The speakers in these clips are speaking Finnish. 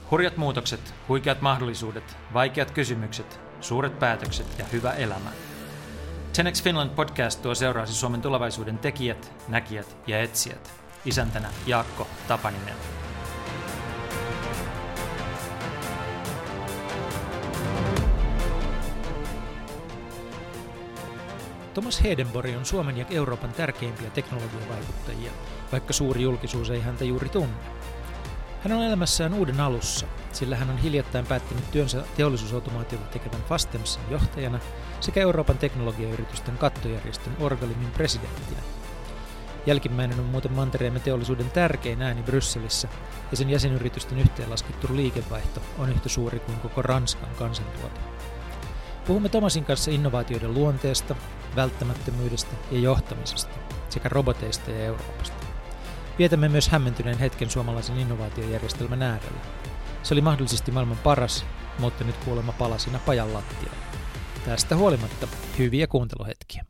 Hurjat muutokset, huikeat mahdollisuudet, vaikeat kysymykset, suuret päätökset ja hyvä elämä. 10X Finland podcast tuo seuraasi Suomen tulevaisuuden tekijät, näkijät ja etsijät. Isäntänä Jaakko Tapaninen. Thomas Hedenborg on Suomen ja Euroopan tärkeimpiä teknologiavaikuttajia, vaikka suuri julkisuus ei häntä juuri tunne. Hän on elämässään uuden alussa, sillä hän on hiljattain päättänyt työnsä teollisuusautomaatiota tekevän Fastemsin johtajana sekä Euroopan teknologiayritysten kattojärjestön Orgalimin presidenttinä. Jälkimmäinen on muuten mantereemme teollisuuden tärkein ääni Brysselissä, ja sen jäsenyritysten yhteenlaskettu liikevaihto on yhtä suuri kuin koko Ranskan kansantuote. Puhumme Thomasin kanssa innovaatioiden luonteesta, välttämättömyydestä ja johtamisesta, sekä roboteista ja Euroopasta. Vietämme myös hämmentyneen hetken suomalaisen innovaatiojärjestelmän äärellä. Se oli mahdollisesti maailman paras, mutta nyt kuulemma palasina pajan lattiaan. Tästä huolimatta hyviä kuunteluhetkiä.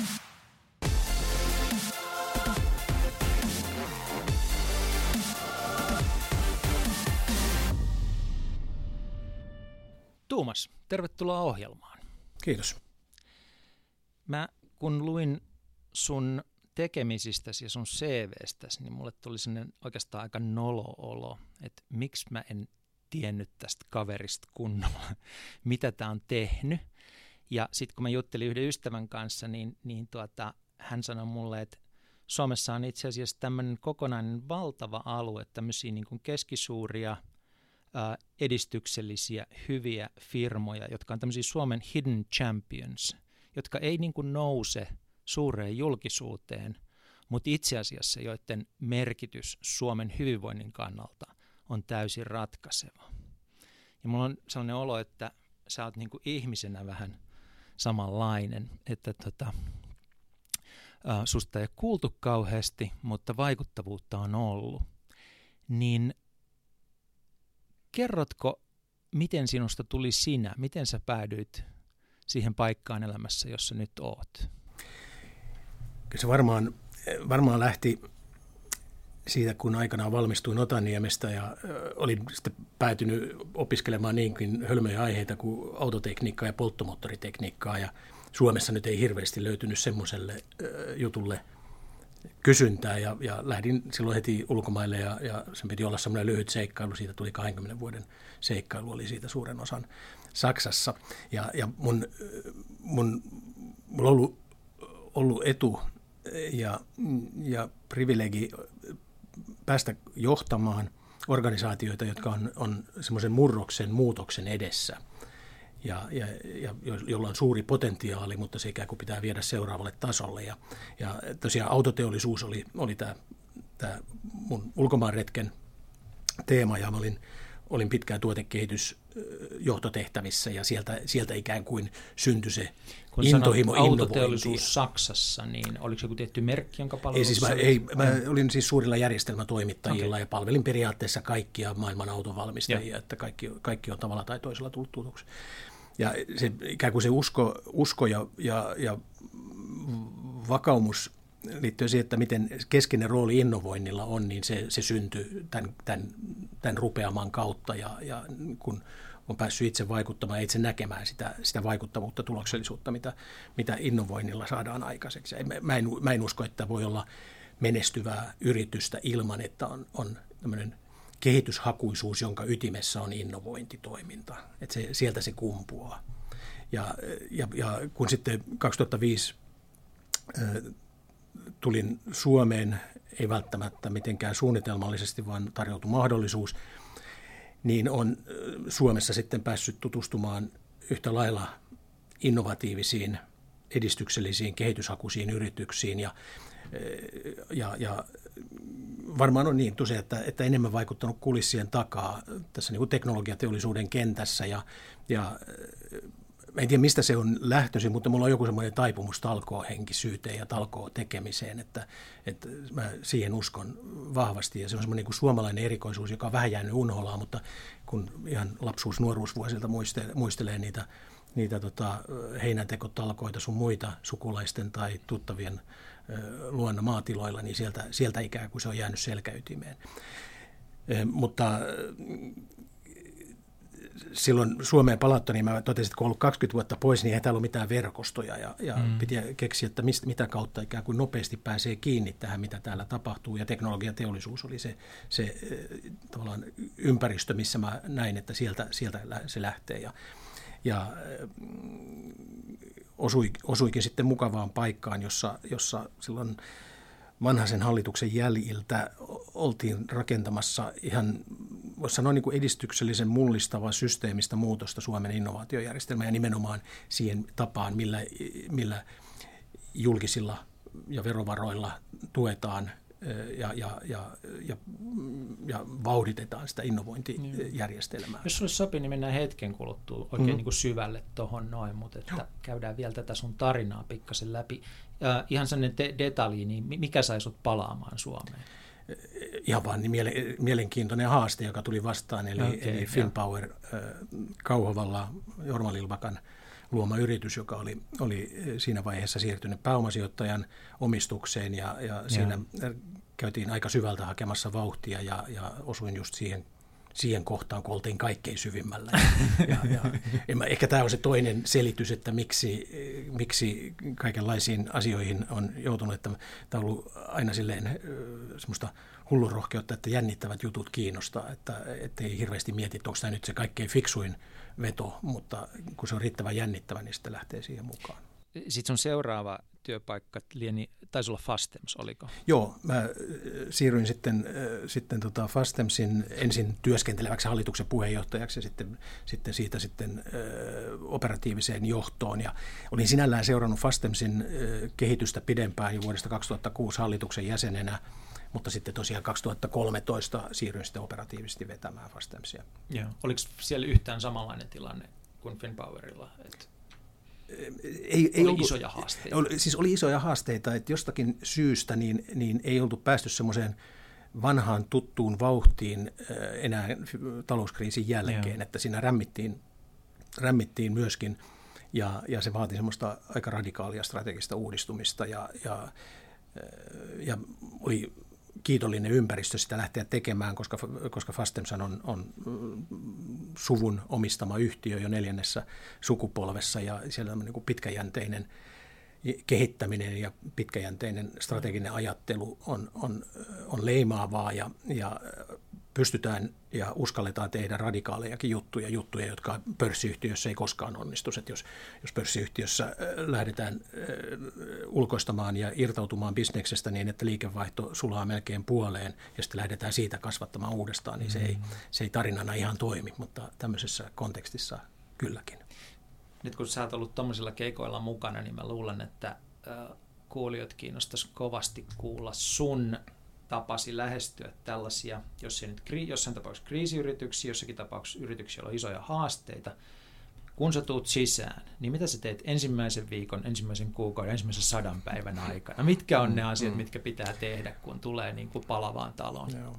Tuomas, tervetuloa ohjelmaan. Kiitos. Mä kun luin sun tekemisistäsi ja sun CVstäsi, niin mulle tuli sellainen oikeastaan aika nolo-olo, että miksi mä en tiennyt tästä kaverista kunnolla, mitä tää on tehnyt. Ja sitten kun mä juttelin yhden ystävän kanssa, niin hän sanoi mulle, että Suomessa on itse asiassa tämmöinen kokonainen valtava alue, tämmöisiä niin kuin keskisuuria, edistyksellisiä, hyviä firmoja, jotka on tämmöisiä Suomen hidden champions, jotka ei niin kuin nouse suureen julkisuuteen, mutta itse asiassa joiden merkitys Suomen hyvinvoinnin kannalta on täysin ratkaiseva. Ja mulla on sellainen olo, että sä oot niin kuin ihmisenä vähän samanlainen, että susta ei ole kuultu kauheasti, mutta vaikuttavuutta on ollut. Niin kerrotko, miten sinusta tuli sinä? Miten sä päädyit siihen paikkaan elämässä, jossa nyt oot? Se varmaan lähti siitä, kun aikanaan valmistuin Otaniemestä ja olin sitten päätynyt opiskelemaan niinkin hölmöjä aiheita kuin autotekniikkaa ja polttomoottoritekniikkaa. Ja Suomessa nyt ei hirveästi löytynyt semmoiselle jutulle kysyntää ja lähdin silloin heti ulkomaille ja sen piti olla semmoinen lyhyt seikkailu. Siitä tuli 20 vuoden seikkailu, oli siitä suuren osan Saksassa. Ja mulla on ollut etu ja privilegi päästä johtamaan organisaatioita, jotka on semmoisen muutoksen edessä ja jolla on suuri potentiaali, mutta se ikään kuin pitää viedä seuraavalle tasolle. Ja tosiaan autoteollisuus oli tämä mun ulkomaanretken teema, ja mä olin pitkään tuotekehitysjohtotehtävissä, ja sieltä ikään kuin syntyi se intohimo innovointiin. Autoteollisuus Saksassa, niin oliko se joku tietty merkki, jonka palvelussa? Mä olin siis suurilla järjestelmätoimittajilla ja palvelin periaatteessa kaikkia maailman autovalmistajia, että kaikki on tavalla tai toisella tullut tutuksi. Ja se, ikään kuin se usko ja vakaumus liittyen siihen, että miten keskeinen rooli innovoinnilla on, niin se syntyi tämän rupeaman kautta, ja kun on päässyt itse vaikuttamaan ja itse näkemään sitä vaikuttavuutta, tuloksellisuutta, mitä innovoinnilla saadaan aikaiseksi. Mä en usko, että voi olla menestyvää yritystä ilman, että on tämmöinen kehityshakuisuus, jonka ytimessä on innovointitoiminta. Että sieltä se kumpuaa. Ja kun sitten 2005 tulin Suomeen, ei välttämättä mitenkään suunnitelmallisesti, vaan tarjoutui mahdollisuus, niin on Suomessa sitten päässyt tutustumaan yhtä lailla innovatiivisiin, edistyksellisiin, kehityshakuisiin yrityksiin. Ja varmaan on niin tosiaan, että enemmän vaikuttanut kulissien takaa tässä niin kuin teknologiateollisuuden kentässä. Ja en tiedä, mistä se on lähtöisin, mutta mulla on joku semmoinen taipumus talkoohenkisyyteen ja talkoo-tekemiseen, että mä siihen uskon vahvasti. Ja se on semmoinen niin kuin suomalainen erikoisuus, joka on vähän jäänyt unholaan, mutta kun ihan lapsuus-nuoruusvuosilta muistelee niitä heinäntekotalkoita sun muita sukulaisten tai tuttavien luona maatiloilla, niin sieltä ikään kuin se on jäänyt selkäytimeen. Mutta silloin Suomeen palattu, niin mä totesin, että kun olen ollut 20 vuotta pois, niin ei täällä ole mitään verkostoja ja piti keksiä, että mitä kautta ikään kuin nopeasti pääsee kiinni tähän, mitä täällä tapahtuu. Ja teknologiateollisuus oli se tavallaan ympäristö, missä mä näin, että sieltä se lähtee. Ja osuikin sitten mukavaan paikkaan, jossa silloin Vanhasen hallituksen jäljiltä oltiin rakentamassa ihan, voisi sanoa niin kuin edistyksellisen mullistavaa systeemistä muutosta Suomen innovaatiojärjestelmään ja nimenomaan siihen tapaan, millä julkisilla ja verovaroilla tuetaan ja vauhditetaan sitä innovointijärjestelmää. Jos sulle sopii, niin mennään hetken kuluttua oikein niin kuin syvälle tuohon noin, mutta että käydään vielä tätä sun tarinaa pikkasen läpi. Ihan sellainen detalji, niin mikä sai sut palaamaan Suomeen? Ihan vaan niin mielenkiintoinen haaste, joka tuli vastaan, eli Finpower Kauhavalla Jorma Lilvakan luoma yritys, joka oli siinä vaiheessa siirtynyt pääomasijoittajan omistukseen ja siinä käytiin aika syvältä hakemassa vauhtia ja osuin just siihen kohtaan, kun oltiin kaikkein syvimmällä. Ehkä tämä on se toinen selitys, että miksi kaikenlaisiin asioihin on joutunut, että tämä on ollut aina silleen semmoista hullurohkeutta, että jännittävät jutut kiinnostaa, että ei hirveästi mieti, että onko tämä nyt se kaikkein fiksuin veto, mutta kun se on riittävän jännittävä, niin sitten lähtee siihen mukaan. Sitten sun seuraava työpaikka taisi olla Fastems, oliko? Joo, mä siirryin sitten Fastemsin ensin työskenteleväksi hallituksen puheenjohtajaksi ja sitten siitä operatiiviseen johtoon. Ja olin sinällään seurannut Fastemsin kehitystä pidempään jo vuodesta 2006 hallituksen jäsenenä, mutta sitten tosiaan 2013 siirryin sitten operatiivisesti vetämään Fastemsia. Joo. Oliko siellä yhtään samanlainen tilanne kuin Finpowerilla? Oli ollut isoja haasteita. Oli isoja haasteita, että jostakin syystä niin ei oltu päästy semmoiseen vanhaan tuttuun vauhtiin enää talouskriisin jälkeen, että siinä rämmittiin myöskin ja se vaati semmoista aika radikaalia strategista uudistumista ja oli kiitollinen ympäristö sitä lähteä tekemään, koska Fastemsan on suvun omistama yhtiö jo 4. sukupolvessa ja siellä on niin kuin pitkäjänteinen kehittäminen ja pitkäjänteinen strateginen ajattelu on leimaavaa ja pystytään ja uskalletaan tehdä radikaalejakin juttuja, jotka pörssiyhtiössä ei koskaan onnistu. Että jos pörssiyhtiössä lähdetään ulkoistamaan ja irtautumaan bisneksestä niin, että liikevaihto sulaa melkein puoleen ja sitten lähdetään siitä kasvattamaan uudestaan, niin se ei tarinana ihan toimi, mutta tämmöisessä kontekstissa kylläkin. Nyt kun sä oot ollut tuommoisilla keikoilla mukana, niin mä luulen, että kuulijat kiinnostaisi kovasti kuulla sun tapasi lähestyä tällaisia, jos ei nyt jossain tapauksessa kriisiyrityksiä, jossakin tapauksessa yrityksiä, joilla on isoja haasteita. Kun sä tuut sisään, niin mitä sä teet ensimmäisen viikon, ensimmäisen kuukauden, ensimmäisen 100 päivän aikana? Mitkä on ne asiat, mitkä pitää tehdä, kun tulee niin kuin palavaan taloon? Joo.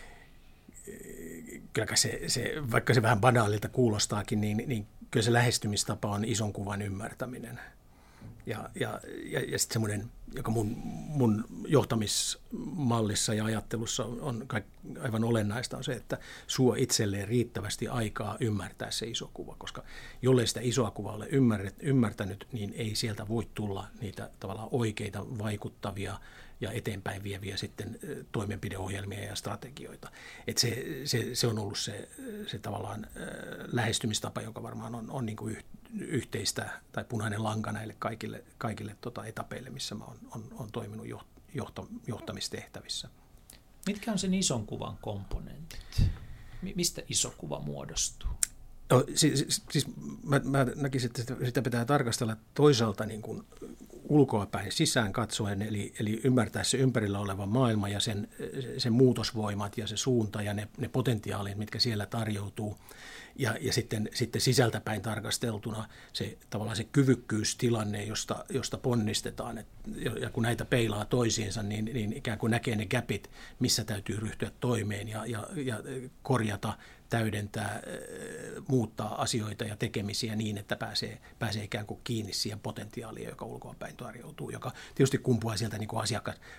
Kyllä se, vaikka se vähän banaalilta kuulostaakin, niin kyllä se lähestymistapa on ison kuvan ymmärtäminen. Ja sitten semmoinen, joka mun johtamismallissa ja ajattelussa on aivan olennaista, on se, että suo itselleen riittävästi aikaa ymmärtää se iso kuva, koska jollei sitä isoa kuvaa ole ymmärtänyt, niin ei sieltä voi tulla niitä tavallaan oikeita, vaikuttavia ja eteenpäin vieviä sitten toimenpideohjelmia ja strategioita. Et se on ollut se tavallaan lähestymistapa, joka varmaan on niin kuin yhteistä tai punainen lanka näille kaikille etapeille, missä mä on toiminut johtamistehtävissä. Mitkä on sen ison kuvan komponentit? Mistä iso kuva muodostuu? No, siis mä näkisin, että sitä pitää tarkastella toisaalta niin kuin ulkoapäin sisään katsoen, eli ymmärtää se ympärillä oleva maailma ja sen muutosvoimat ja se suunta ja ne potentiaalit, mitkä siellä tarjoutuu. Ja sitten sisältäpäin tarkasteltuna tavallaan se kyvykkyystilanne, josta ponnistetaan. Ja kun näitä peilaa toisiinsa, niin ikään kuin näkee ne gapit, missä täytyy ryhtyä toimeen ja korjata, täydentää, muuttaa asioita ja tekemisiä niin, että pääsee ikään kuin kiinni siihen potentiaaliin, joka ulkoapäin tarjoutuu, joka tietysti kumpuaa sieltä niin kuin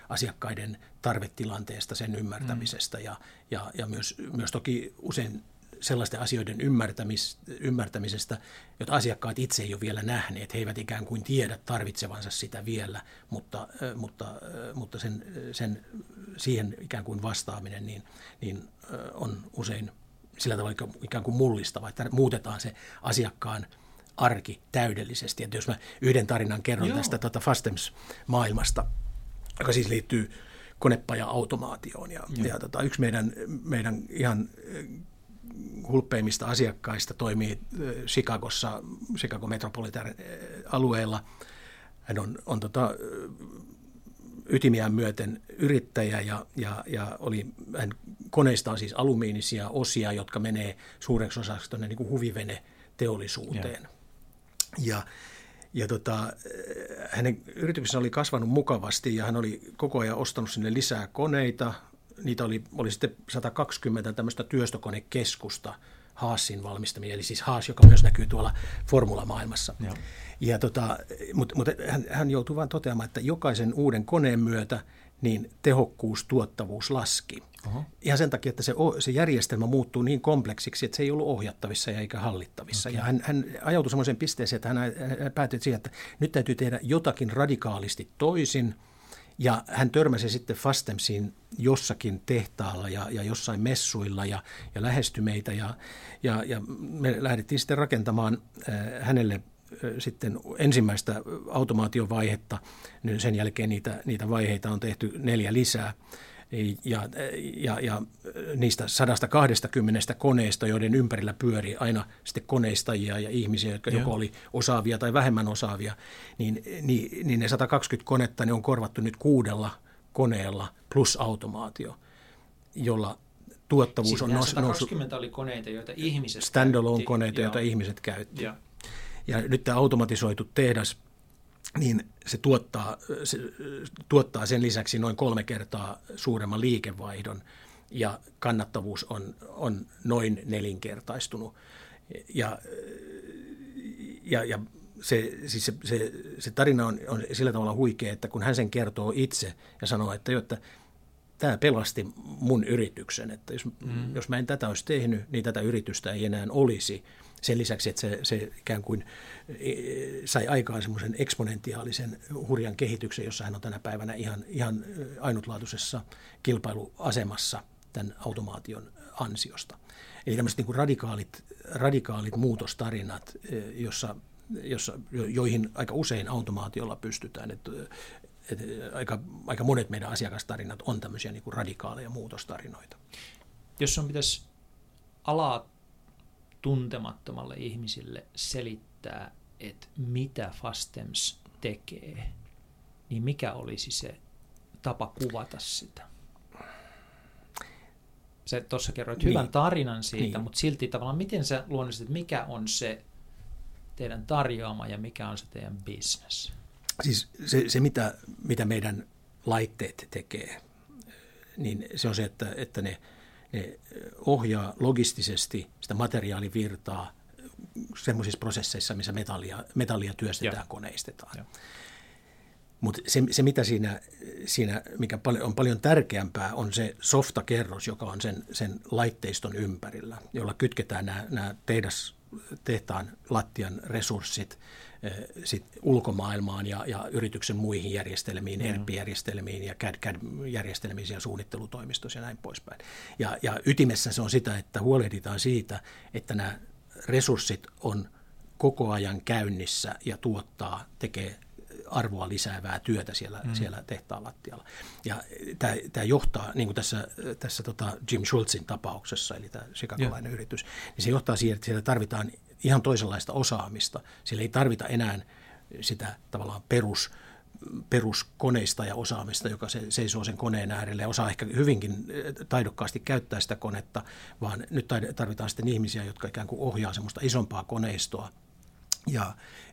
asiakkaiden tarvetilanteesta, sen ymmärtämisestä ja myös toki usein sellaisten asioiden ymmärtämisestä, joita asiakkaat itse ei ole vielä nähneet. He eivät ikään kuin tiedä tarvitsevansa sitä vielä, mutta siihen ikään kuin vastaaminen niin on usein sillä tavalla ikään kuin mullistava, että muutetaan se asiakkaan arki täydellisesti. Että jos mä yhden tarinan kerron tästä Fastems-maailmasta, joka siis liittyy konepaja-automaatioon. Ja yksi meidän ihan hulppeimmista asiakkaista toimii Chicagossa, Chicago Metropolitan-alueella. Hän on ytimiään myöten yrittäjä ja hän koneistaa siis alumiinisia osia, jotka menee suureksi osaksi tuonne niin kuin huviveneteollisuuteen. Ja hänen yrityksensä oli kasvanut mukavasti ja hän oli koko ajan ostanut sinne lisää koneita. Niitä oli sitten 120 tämmöistä työstökonekeskusta Haasin valmistamia, eli siis Haas, joka myös näkyy tuolla formulamaailmassa. Mutta hän joutui vain toteamaan, että jokaisen uuden koneen myötä niin tehokkuus, tuottavuus laski. Ihan sen takia, että se järjestelmä muuttuu niin kompleksiksi, että se ei ollut ohjattavissa eikä hallittavissa. Okay. Ja hän ajautui semmoiseen pisteeseen, että hän päätyi siihen, että nyt täytyy tehdä jotakin radikaalisti toisin. Ja hän törmäsi sitten Fastemsiin jossakin tehtaalla ja jossain messuilla ja lähestyi meitä. Ja me lähdettiin sitten rakentamaan hänelle sitten ensimmäistä automaatiovaihetta. Sen jälkeen niitä vaiheita on tehty 4 lisää. Ja niistä 120 koneista, joiden ympärillä pyöri aina sitten koneistajia ja ihmisiä, jotka joko oli osaavia tai vähemmän osaavia, niin ne 120 konetta ne on korvattu nyt 6 koneella plus automaatio, jolla tuottavuus on noussut. 120 oli koneita, joita ihmiset standalone-koneita, joita ihmiset käytti. Ja nyt tämä automatisoitu tehdas, niin se tuottaa sen lisäksi noin 3 kertaa suuremman liikevaihdon ja kannattavuus on noin 4-kertaistunut. Ja se tarina on sillä tavalla huikea, että kun hän sen kertoo itse ja sanoo, että tämä pelasti mun yrityksen, että jos mä en tätä olisi tehnyt, niin tätä yritystä ei enää olisi. Sen lisäksi, että se ikään kuin sai aikaan semmoisen eksponentiaalisen hurjan kehityksen, jossa hän on tänä päivänä ihan ainutlaatuisessa kilpailuasemassa tämän automaation ansiosta. Eli tämmöiset niin kuin radikaalit muutostarinat, joihin aika usein automaatiolla pystytään. Että aika monet meidän asiakastarinat on tämmöisiä niin kuin radikaaleja muutostarinoita. Jos sun pitäisi alaa tuntemattomalle ihmisille selittää, että mitä Fastems tekee, niin mikä olisi se tapa kuvata sitä? Sä tuossa kerroit hyvän tarinan siitä, mutta silti tavallaan miten sä luonnolliset, että mikä on se teidän tarjoama ja mikä on se teidän business? Siis se mitä meidän laitteet tekee, niin se on se, että ne ohjaa logistisesti sitä materiaalivirtaa semmoisissa prosesseissa, missä metallia työstetään, koneistetaan. Mutta se mitä siinä mikä on paljon tärkeämpää, on se softakerros, joka on sen laitteiston ympärillä, jolla kytketään nämä tehtaan lattian resurssit sit ulkomaailmaan ja yrityksen muihin järjestelmiin, ERP-järjestelmiin ja CAD-järjestelmiin ja suunnittelutoimistossa ja näin poispäin. Ja ytimessä se on sitä, että huolehditaan siitä, että nämä resurssit on koko ajan käynnissä ja tekee arvoa lisäävää työtä siellä tehtaan lattialla. Ja tämä johtaa, niin kuin tässä Jim Schultzin tapauksessa, eli tämä chicagolainen yritys, niin se johtaa siihen, että siellä tarvitaan ihan toisenlaista osaamista. Siellä ei tarvita enää sitä tavallaan peruskoneista ja osaamista, joka seisoo sen koneen äärelle ja osaa ehkä hyvinkin taidokkaasti käyttää sitä konetta, vaan nyt tarvitaan sitten ihmisiä, jotka ikään kuin ohjaa semmoista isompaa koneistoa ja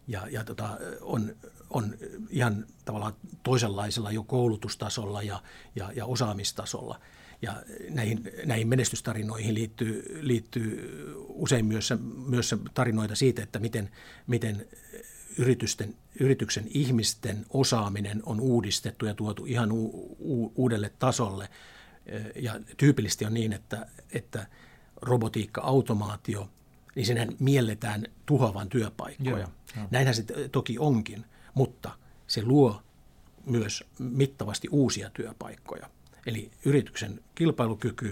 on ihan tavallaan toisenlaisella jo koulutustasolla ja osaamistasolla. Ja näihin menestystarinoihin liittyy usein myös tarinoita siitä, että miten yrityksen ihmisten osaaminen on uudistettu ja tuotu ihan uudelle tasolle. Ja tyypillisesti on niin, että robotiikka, automaatio, niin senhän mielletään tuhoavan työpaikkoja. Joo. Näinhän se toki onkin, mutta se luo myös mittavasti uusia työpaikkoja. Eli yrityksen kilpailukyky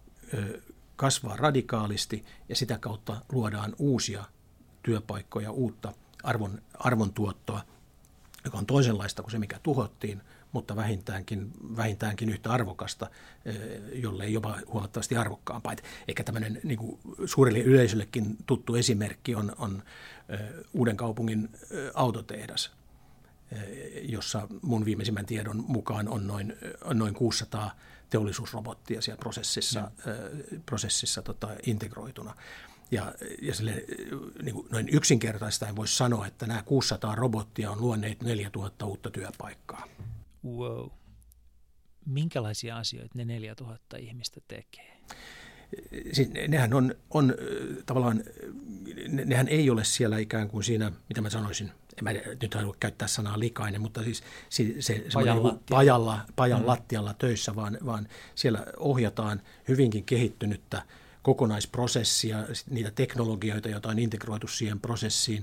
kasvaa radikaalisti ja sitä kautta luodaan uusia työpaikkoja, uutta arvontuottoa, joka on toisenlaista kuin se, mikä tuhottiin, mutta vähintäänkin yhtä arvokasta, jollei jopa huomattavasti arvokkaampaa. Eikä tämmöinen niin kuin suurelle yleisöllekin tuttu esimerkki on Uudenkaupungin autotehdas, jossa mun viimeisimmän tiedon mukaan on noin 600 teollisuusrobottia siellä prosessissa integroituna. Ja sille, niin kuin noin yksinkertaistaan voisi sanoa, että nämä 600 robottia on luonneet 4000 uutta työpaikkaa. Wow. Minkälaisia asioita ne 4000 ihmistä tekee? Siis nehän on tavallaan, nehän ei ole siellä ikään kuin siinä, mitä mä sanoisin, en mä nyt halua käyttää sanaa likainen, mutta siis se pajan lattialla töissä, vaan siellä ohjataan hyvinkin kehittynyttä kokonaisprosessia, niitä teknologioita, joita on integroitu siihen prosessiin.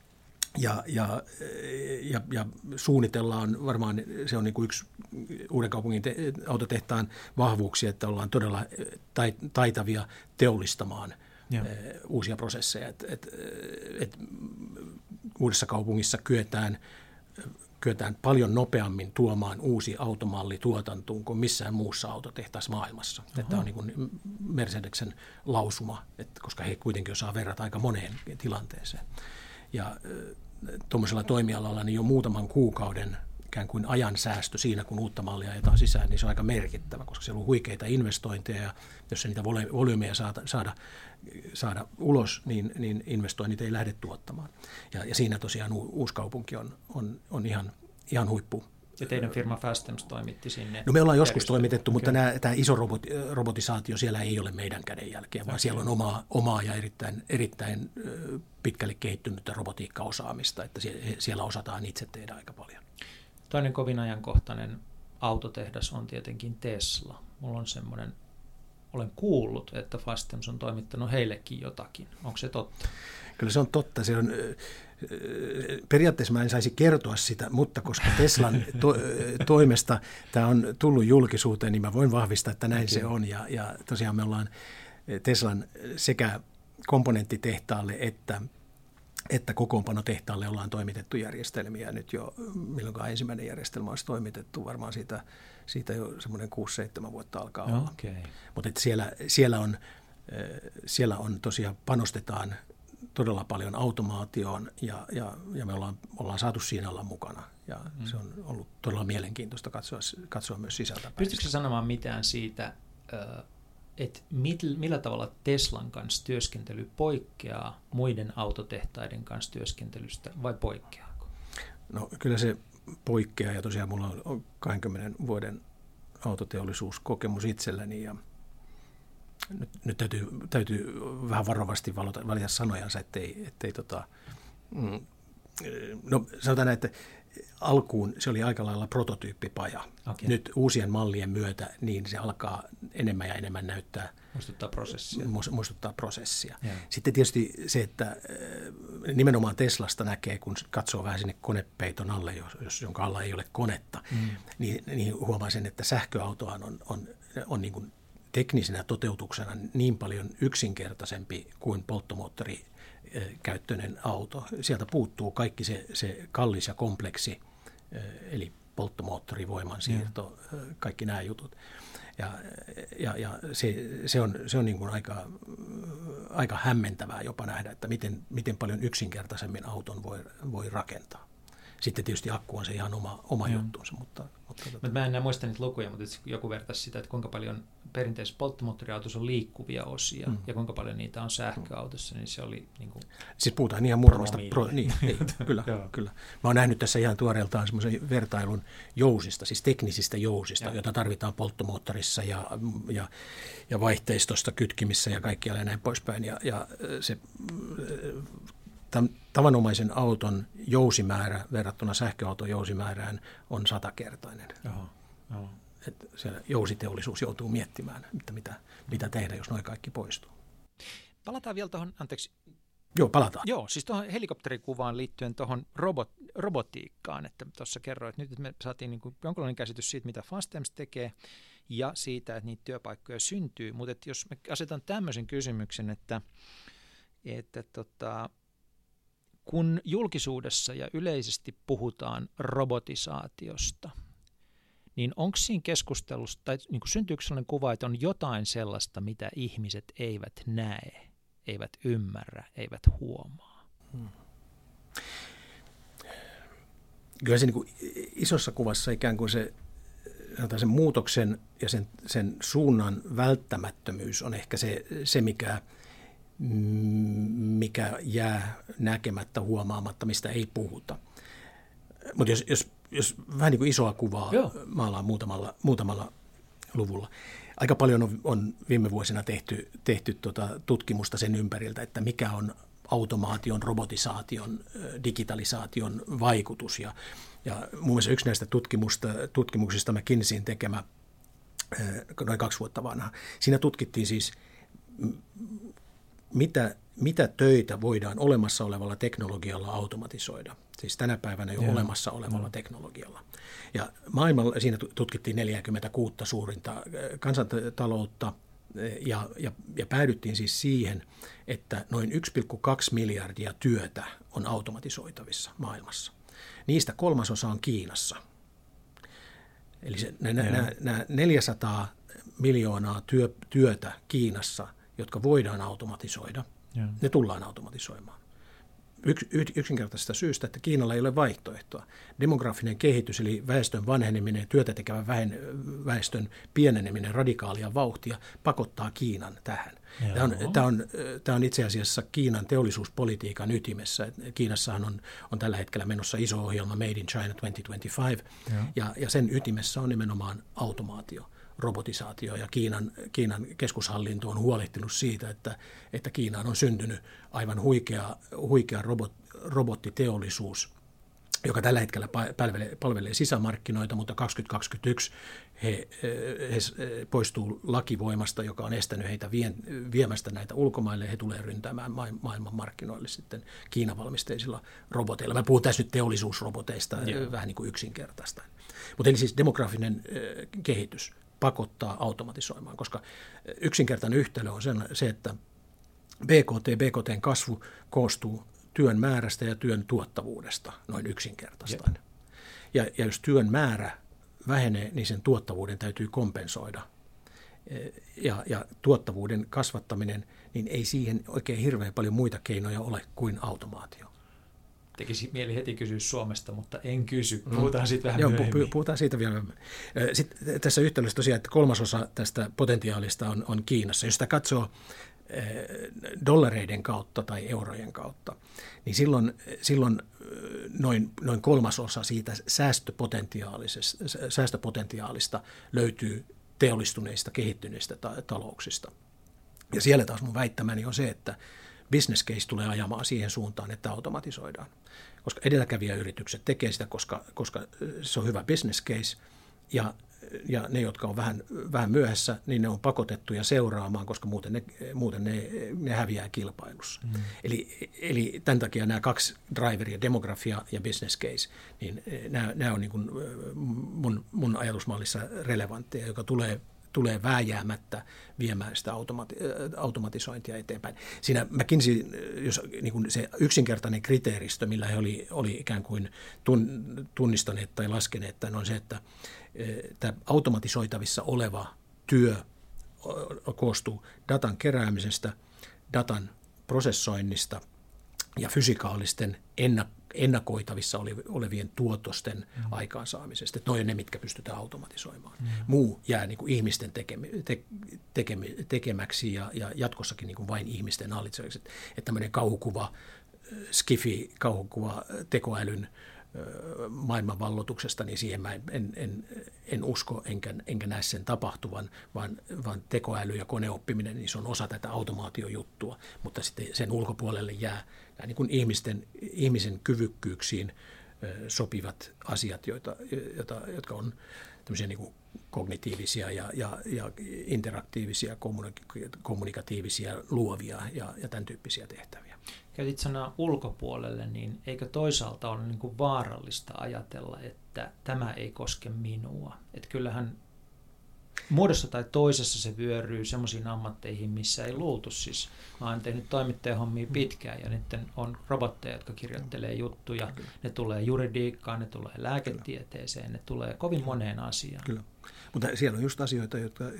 Ja suunnitellaan, varmaan se on niin kuin yksi Uudenkaupungin autotehtaan vahvuuksia, että ollaan todella taitavia teollistamaan uusia prosesseja. Et Uudessa kaupungissa kyetään paljon nopeammin tuomaan uusi automalli tuotantoon kuin missään muussa autotehtaassa maailmassa. Tämä on niin kuin Mercedesen lausuma, koska he kuitenkin osaa verrata aika moneen tilanteeseen. Ja tuommoisella toimialalla niin jo muutaman kuukauden ikään kuin ajansäästö siinä, kun uutta mallia ajetaan sisään, niin se on aika merkittävä, koska siellä on huikeita investointeja, ja jos se niitä volyymeja saada ulos, niin investoinnit ei lähde tuottamaan. Ja siinä tosiaan Uusikaupunki on ihan huippu. Ja teidän firma Fastems toimitti sinne? No me ollaan joskus toimitettu, mutta tämä iso robotisaatio siellä ei ole meidän kädenjälkeä, vaan siellä on omaa ja erittäin pitkälle kehittynyttä robotiikkaosaamista, että siellä osataan itse tehdä aika paljon. Toinen kovin ajankohtainen autotehdas on tietenkin Tesla. Mulla on semmoinen, olen kuullut, että Fastems on toimittanut heillekin jotakin. Onko se totta? Kyllä se on totta. Se on, periaatteessa mä en saisi kertoa sitä, mutta koska Teslan toimesta tämä on tullut julkisuuteen, niin mä voin vahvistaa, että näin se on. Ja tosiaan me ollaan Teslan sekä komponenttitehtaalle että kokoonpanotehtaalle ollaan toimitettu järjestelmiä nyt jo, milloinkaan ensimmäinen järjestelmä olisi toimitettu, varmaan siitä jo semmoinen 6-7 vuotta alkaa olla. Okay. Mutta siellä on tosiaan panostetaan todella paljon automaatioon ja me ollaan saatu siinä olla mukana ja se on ollut todella mielenkiintoista katsoa myös sisältäpäin. Pystytkö sanomaan mitään siitä, että millä tavalla Teslan kanssa työskentely poikkeaa muiden autotehtaiden kanssa työskentelystä vai poikkeaako? No kyllä se poikkeaa ja tosiaan mulla on 20 vuoden autoteollisuuskokemus itselläni ja nyt täytyy vähän varovasti valita sanojansa, ettei no sanotaan näin, että alkuun se oli aika lailla prototyyppipaja. Okay. Nyt uusien mallien myötä niin se alkaa enemmän ja enemmän muistuttaa prosessia. Yeah. Sitten tietysti se, että nimenomaan Teslasta näkee, kun katsoo vähän sinne konepeiton alle, jonka alla ei ole konetta, niin huomaa sen, että sähköautohan on niin kuin teknisenä toteutuksena niin paljon yksinkertaisempi kuin polttomoottorikäyttöinen auto. Sieltä puuttuu kaikki se kallis ja kompleksi, eli polttomoottorivoiman siirto, kaikki nämä jutut. Ja se on niin kuin aika hämmentävää jopa nähdä, että miten paljon yksinkertaisemmin auton voi rakentaa. Sitten tietysti akku on se ihan oma juttuunsa. Mutta mä en enää muista niitä lukuja, mutta joku vertaisi sitä, että kuinka paljon perinteisessä polttomoottoriautossa on liikkuvia osia ja kuinka paljon niitä on sähköautossa, niin se oli niin kuin siis puhutaan ihan muutamasta. Kyllä. Mä oon nähnyt tässä ihan tuoreeltaan semmoisen vertailun jousista, siis teknisistä jousista, joita tarvitaan polttomoottorissa ja vaihteistosta, kytkimissä ja kaikkialla ja näin poispäin. Ja se tavanomaisen auton jousimäärä verrattuna sähköauton jousimäärään on 100-kertainen. Että siellä jousiteollisuus joutuu miettimään, että mitä tehdä, jos noin kaikki poistuu. Palataan vielä tuohon, anteeksi. Joo, palataan. Joo, siis tuohon helikopterikuvaan liittyen tuohon robotiikkaan, että tuossa kerroin, että nyt me saatiin niin kuin jonkinlainen käsitys siitä, mitä Fastems tekee ja siitä, että niitä työpaikkoja syntyy, mutta jos me asetan tämmöisen kysymyksen, että kun julkisuudessa ja yleisesti puhutaan robotisaatiosta, niin onko siinä keskustelussa, tai niin kuin syntyykö sellainen kuva, että on jotain sellaista, mitä ihmiset eivät näe, eivät ymmärrä, eivät huomaa? Kyllä se niin kuin isossa kuvassa ikään kuin se muutoksen ja sen suunnan välttämättömyys on ehkä se mikä jää näkemättä, huomaamatta, mistä ei puhuta. Mutta jos vähän niin kuin isoa kuvaa maalaa muutamalla luvulla. Aika paljon on viime vuosina tehty tutkimusta sen ympäriltä, että mikä on automaation, robotisaation, digitalisaation vaikutus. Ja muun muassa yksi näistä tutkimuksista McKinseyin tekemä noin 2 vuotta vanha. Siinä tutkittiin siis, mitä töitä voidaan olemassa olevalla teknologialla automatisoida. Siis tänä päivänä jo olemassa olevalla teknologialla. Ja maailmalla siinä tutkittiin 46 suurinta kansantaloutta ja päädyttiin siis siihen, että noin 1,2 miljardia työtä on automatisoitavissa maailmassa. Niistä 1/3 on Kiinassa. Eli nämä 400 miljoonaa työtä Kiinassa, jotka voidaan automatisoida, ne tullaan automatisoimaan. Yksinkertaisesta syystä, että Kiinalla ei ole vaihtoehtoa. Demografinen kehitys, eli väestön vanheneminen, työtä tekevän väestön pieneneminen radikaalia vauhtia pakottaa Kiinan tähän. Tämä on itse asiassa Kiinan teollisuuspolitiikan ytimessä. Kiinassahan on tällä hetkellä menossa iso ohjelma Made in China 2025, ja sen ytimessä on nimenomaan automaatio, robotisaatio, ja Kiinan keskushallinto on huolehtinut siitä, että Kiinaan on syntynyt aivan huikea robottiteollisuus, joka tällä hetkellä palvelee sisämarkkinoita, mutta 2021 he poistuu lakivoimasta, joka on estänyt heitä viemästä näitä ulkomaille. He tulee ryntäämään maailman markkinoille sitten Kiinan-valmisteisilla roboteilla. Mä puhun tässä nyt teollisuusroboteista, vähän niin kuin yksinkertaista. Mutta eli siis demografinen kehitys pakottaa automatisoimaan, koska yksinkertainen yhtälö on se, että BKT:n kasvu koostuu työn määrästä ja työn tuottavuudesta, noin yksinkertaistaan. Ja jos työn määrä vähenee, niin sen tuottavuuden täytyy kompensoida. Ja tuottavuuden kasvattaminen, niin ei siihen oikein hirveän paljon muita keinoja ole kuin automaatio. Tekisi mieli heti kysyä Suomesta, mutta en kysy. Puhutaan siitä vähän myöhemmin. Puhutaan siitä vielä. Sitten tässä yhtälössä tosiaan, että 1/3 tästä potentiaalista on Kiinassa. Jos sitä katsoo dollareiden kautta tai eurojen kautta, niin silloin noin 1/3 siitä säästöpotentiaalista löytyy teollistuneista, kehittyneistä talouksista. Ja siellä taas mun väittämäni on se, että business case tulee ajamaan siihen suuntaan, että automatisoidaan. Koska edelläkävijäyritykset tekee sitä, koska se on hyvä business case, ja ne, jotka on vähän myöhässä, niin ne on pakotettuja seuraamaan, koska muuten ne häviää kilpailussa. Eli tämän takia nämä 2 driveria, demografia ja business case, niin nämä on niin kuin mun ajatusmallissa relevantteja, joka tulee vääjäämättä viemään sitä automatisointia eteenpäin. Siinä McKinsey, jos niin kuin se yksinkertainen kriteeristö, millä he oli ikään kuin tunnistaneet tai laskeneet, on se, että tämä automatisoitavissa oleva työ koostuu datan keräämisestä, datan prosessoinnista ja fysikaalisten ennakoitavissa olevien tuotosten aikaansaamisesta. Että ne on ne, mitkä pystytään automatisoimaan. Muu jää niin kuin ihmisten tekemäksi ja jatkossakin niin kuin vain ihmisten hallitsevaksi. Että tämmöinen kauhukuva, skifi-kauhukuva tekoälyn maailmanvalloituksesta, niin siihen mä en usko enkä näe sen tapahtuvan, vaan tekoäly ja koneoppiminen, niin se on osa tätä automaatiojuttua, mutta sitten sen ulkopuolelle jää nämä niin kuin ihmisen kyvykkyyksiin sopivat asiat, jotka on tämmöisiä niin kuin kognitiivisia ja interaktiivisia, kommunikatiivisia, luovia ja tämän tyyppisiä tehtäviä. Käytit sanaa ulkopuolelle, niin eikö toisaalta ole niin kuin vaarallista ajatella, että tämä ei koske minua? Että kyllähän muodossa tai toisessa se vyöryy semmoisiin ammatteihin, missä ei luultu. Siis mä oon tehnyt toimittajahommia pitkään ja nyt on robotteja, jotka kirjoittelee juttuja. Ne tulee juridiikkaan, ne tulee lääketieteeseen, ne tulee kovin moneen asiaan. Kyllä. Mutta siellä on just asioita,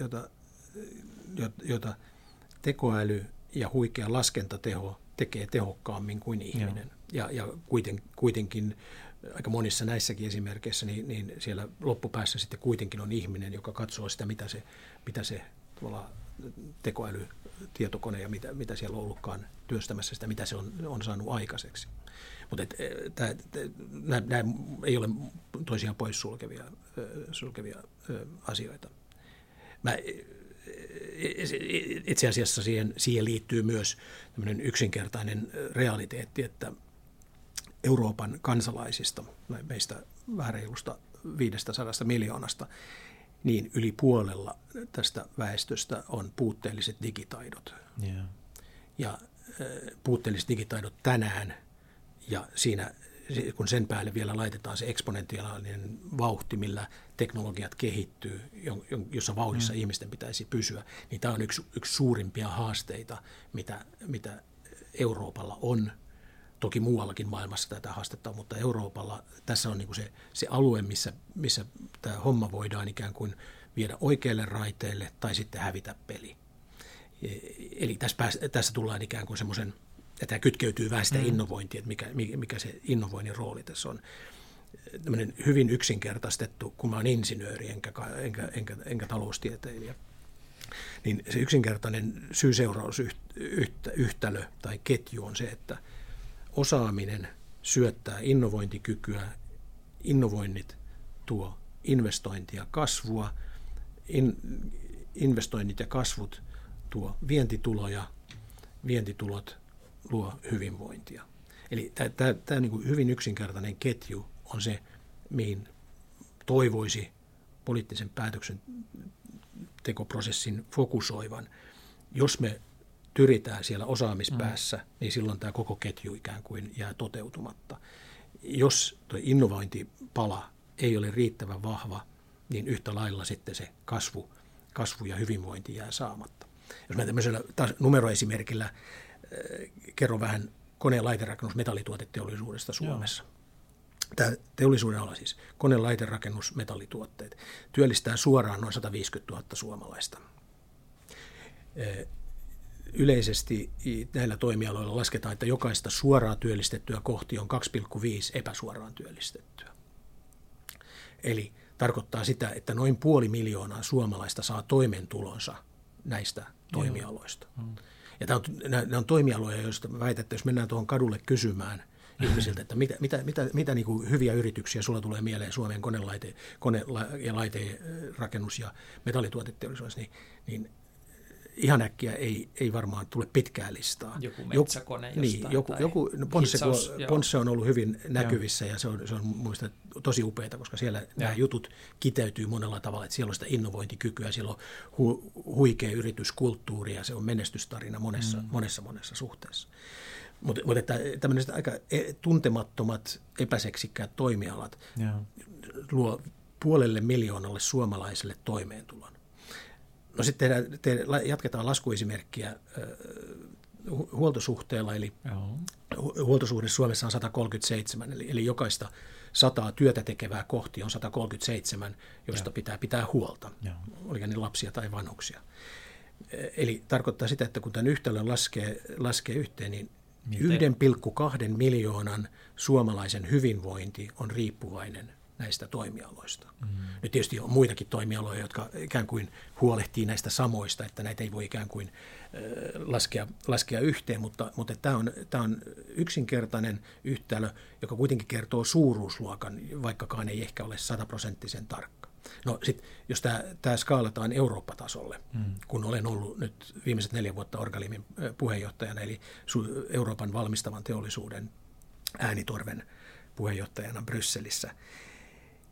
joita tekoäly ja huikea laskentateho tekee tehokkaammin kuin ihminen. Ja kuitenkin aika monissa näissäkin esimerkkeissä, niin siellä loppupäässä sitten kuitenkin on ihminen, joka katsoo sitä, mitä se tekoälytietokone ja mitä siellä on ollutkaan työstämässä, sitä mitä se on saanut aikaiseksi. Mutta nämä ei ole toisiaan poissulkevia asioita. Itse asiassa siihen liittyy myös tämmöinen yksinkertainen realiteetti, että Euroopan kansalaisista, meistä vähän reilusta 500 miljoonasta, niin yli puolella tästä väestöstä on puutteelliset digitaidot. Yeah. Ja puutteelliset digitaidot tänään, ja siinä, kun sen päälle vielä laitetaan se eksponentiaalinen vauhti, millä teknologiat kehittyy, jossa vauhdissa ihmisten pitäisi pysyä, niin tämä on yksi suurimpia haasteita, mitä Euroopalla on. Toki muuallakin maailmassa tätä haastetta on, mutta Euroopalla tässä on niin kuin se alue, missä tämä homma voidaan ikään kuin viedä oikealle raiteelle tai sitten hävitä peli. Eli tässä tullaan ikään kuin semmoisen, ja tämä kytkeytyy vähän sitä innovointia, että mikä se innovoinnin rooli tässä on. Tämmöinen hyvin yksinkertaistettu, kun mä olen insinööri enkä taloustieteilijä, niin se yksinkertainen syy-seurausyhtälö tai ketju on se, että osaaminen syöttää innovointikykyä, innovoinnit tuo investointia, kasvua, investoinnit ja kasvut tuo vientituloja, vientitulot luo hyvinvointia. Eli tämä niin kuin hyvin yksinkertainen ketju on se, mihin toivoisi poliittisen päätöksentekoprosessin fokusoivan. Jos me tyritään siellä osaamispäässä, niin silloin tämä koko ketju ikään kuin jää toteutumatta. Jos tuo innovointipala ei ole riittävän vahva, niin yhtä lailla sitten se kasvu ja hyvinvointi jää saamatta. Jos mä tämmöisellä taas numeroesimerkillä kerron vähän koneen laiterakennus metallituoteteollisuudesta Suomessa. Tämä teollisuuden ala siis, koneen laiterakennus metallituotteet, työllistää suoraan noin 150 000 suomalaista. Yleisesti näillä toimialoilla lasketaan, että jokaista suoraan työllistettyä kohti on 2,5 epäsuoraan työllistettyä. Eli tarkoittaa sitä, että noin 500,000 suomalaista saa toimeentulonsa näistä toimialoista. Ja nämä on toimialoja, joista väitän, että jos mennään tuohon kadulle kysymään ihmisiltä, että mitä niin kuin hyviä yrityksiä sulla tulee mieleen Suomen kone- ja laiterakennus- ja metallituoteteollisuudessa, niin ihan äkkiä ei varmaan tule pitkää listaa. Joku metsäkone jostain. Niin, joku Ponsse on ollut hyvin näkyvissä ja se on muista tosi upeata, koska siellä nämä jutut kiteytyy monella tavalla, että siellä on sitä innovointikykyä, siellä on huikea yrityskulttuuri ja se on menestystarina monessa suhteessa. Mutta tämmöiset aika tuntemattomat, epäseksikkäät toimialat luo 500,000 suomalaiselle toimeentulon. No sitten jatketaan laskuesimerkkiä huoltosuhteella, eli huoltosuhde Suomessa on 137, eli jokaista 100 työtä tekevää kohti on 137, josta pitää huolta, olikä niin lapsia tai vanhuksia. Eli tarkoittaa sitä, että kun tämän yhtälön laskee yhteen, niin 1,2 miljoonan suomalaisen hyvinvointi on riippuvainen näistä toimialoista. Nyt tietysti on muitakin toimialoja, jotka ikään kuin huolehtii näistä samoista, että näitä ei voi ikään kuin laskea yhteen, mutta tämä on yksinkertainen yhtälö, joka kuitenkin kertoo suuruusluokan, vaikkakaan ei ehkä ole 100% tarkka. No sitten, jos tämä skaalataan Eurooppa-tasolle, kun olen ollut nyt viimeiset 4 vuotta Orgalimin puheenjohtajana, eli Euroopan valmistavan teollisuuden äänitorven puheenjohtajana Brysselissä,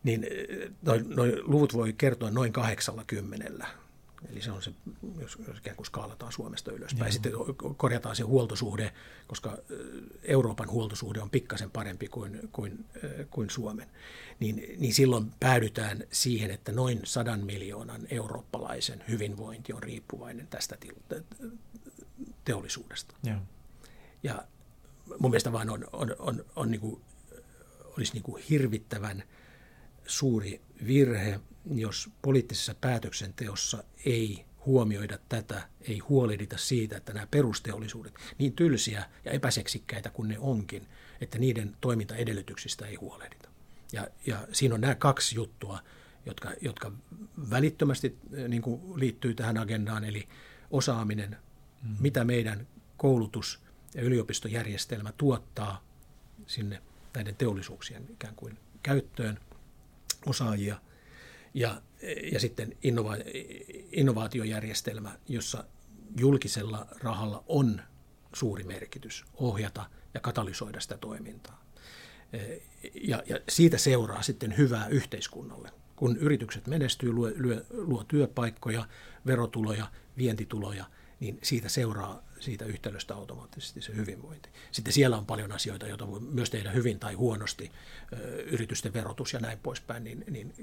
niin noi luvut voi kertoa noin 80. Eli se on se, jos ikään kuin skaalataan Suomesta ylöspäin. Ja sitten korjataan se huoltosuhde, koska Euroopan huoltosuhde on pikkasen parempi kuin Suomen. Niin silloin päädytään siihen, että noin 100 miljoonan eurooppalaisen hyvinvointi on riippuvainen tästä teollisuudesta. Ja mun mielestä vaan on niin kuin, olisi niin kuin hirvittävän suuri virhe, jos poliittisessa päätöksenteossa ei huomioida tätä, ei huolehdita siitä, että nämä perusteollisuudet, niin tylsiä ja epäseksikkäitä kuin ne onkin, että niiden toimintaedellytyksistä ei huolehdita. Ja siinä on nämä kaksi juttua, jotka välittömästi niin kuin liittyy tähän agendaan, eli osaaminen, mitä meidän koulutus- ja yliopistojärjestelmä tuottaa sinne näiden teollisuuksien ikään kuin käyttöön, osaajia, ja sitten innovaatiojärjestelmä, jossa julkisella rahalla on suuri merkitys ohjata ja katalysoida sitä toimintaa. Ja siitä seuraa sitten hyvää yhteiskunnalle. Kun yritykset menestyy, luo työpaikkoja, verotuloja, vientituloja, niin siitä seuraa siitä yhtälöstä automaattisesti se hyvinvointi. Sitten siellä on paljon asioita, joita voi myös tehdä hyvin tai huonosti, yritysten verotus ja näin poispäin, niin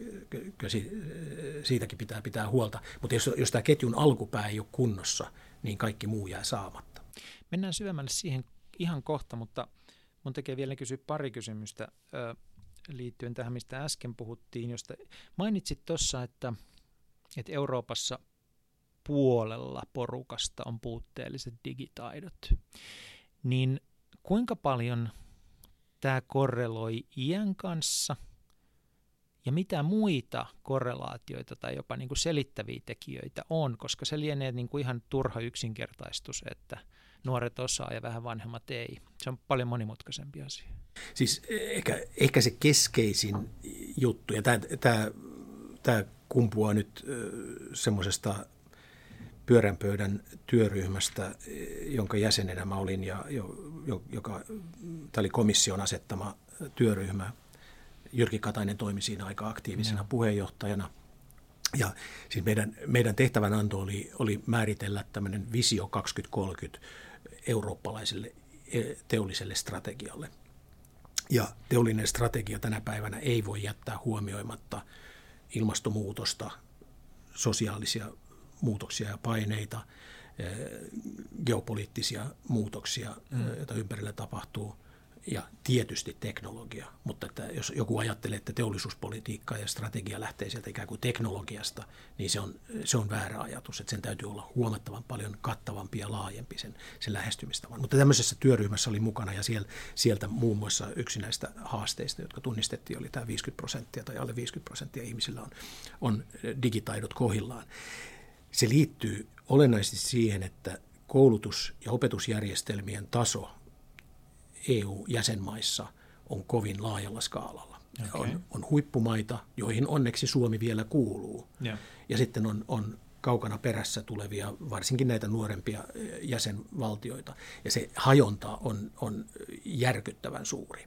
siitäkin pitää pitää huolta. Mutta jos tämä ketjun alkupää ei ole kunnossa, niin kaikki muu jää saamatta. Mennään syvemmälle siihen ihan kohta, mutta mun tekee vielä kysyä pari kysymystä liittyen tähän, mistä äsken puhuttiin, josta mainitsit tuossa, että Euroopassa puolella porukasta on puutteelliset digitaidot. Niin kuinka paljon tämä korreloi iän kanssa ja mitä muita korrelaatioita tai jopa niin kuin selittäviä tekijöitä on, koska se lienee niin kuin ihan turha yksinkertaistus, että nuoret osaa ja vähän vanhemmat ei. Se on paljon monimutkaisempi asia. Siis ehkä se keskeisin juttu, ja tämä kumpuaa nyt semmoisesta pyörän pöydän työryhmästä, jonka jäsenenä mä olin, tämä oli komission asettama työryhmä. Jyrki Katainen toimi siinä aika aktiivisena puheenjohtajana. Ja siis meidän tehtävänanto oli määritellä tämmöinen visio 2030 eurooppalaiselle teolliselle strategialle. Ja teollinen strategia tänä päivänä ei voi jättää huomioimatta ilmastonmuutosta, sosiaalisia muutoksia ja paineita, geopoliittisia muutoksia, joita ympärillä tapahtuu, ja tietysti teknologia. Mutta että jos joku ajattelee, että teollisuuspolitiikka ja strategia lähtee sieltä ikään kuin teknologiasta, niin se on väärä ajatus. Että sen täytyy olla huomattavan paljon kattavampi ja laajempi sen lähestymistavan. Mutta tämmöisessä työryhmässä oli mukana, ja sieltä muun muassa yksi näistä haasteista, jotka tunnistettiin, oli tämä 50% tai alle 50% ihmisillä on digitaidot kohillaan. Se liittyy olennaisesti siihen, että koulutus- ja opetusjärjestelmien taso EU-jäsenmaissa on kovin laajalla skaalalla. Okay. On huippumaita, joihin onneksi Suomi vielä kuuluu. Yeah. Ja sitten on kaukana perässä tulevia, varsinkin näitä nuorempia jäsenvaltioita. Ja se hajonta on järkyttävän suuri.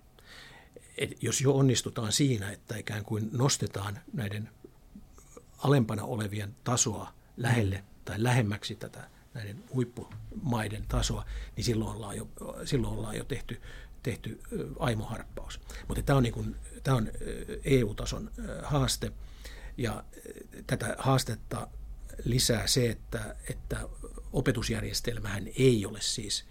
Et jos jo onnistutaan siinä, että ikään kuin nostetaan näiden alempana olevien tasoa lähelle tai lähemmäksi tätä näiden huippumaiden tasoa, niin silloin ollaan jo tehty aimoharppaus. Mutta tämä on EU-tason haaste, ja tätä haastetta lisää se, että opetusjärjestelmähän ei ole siis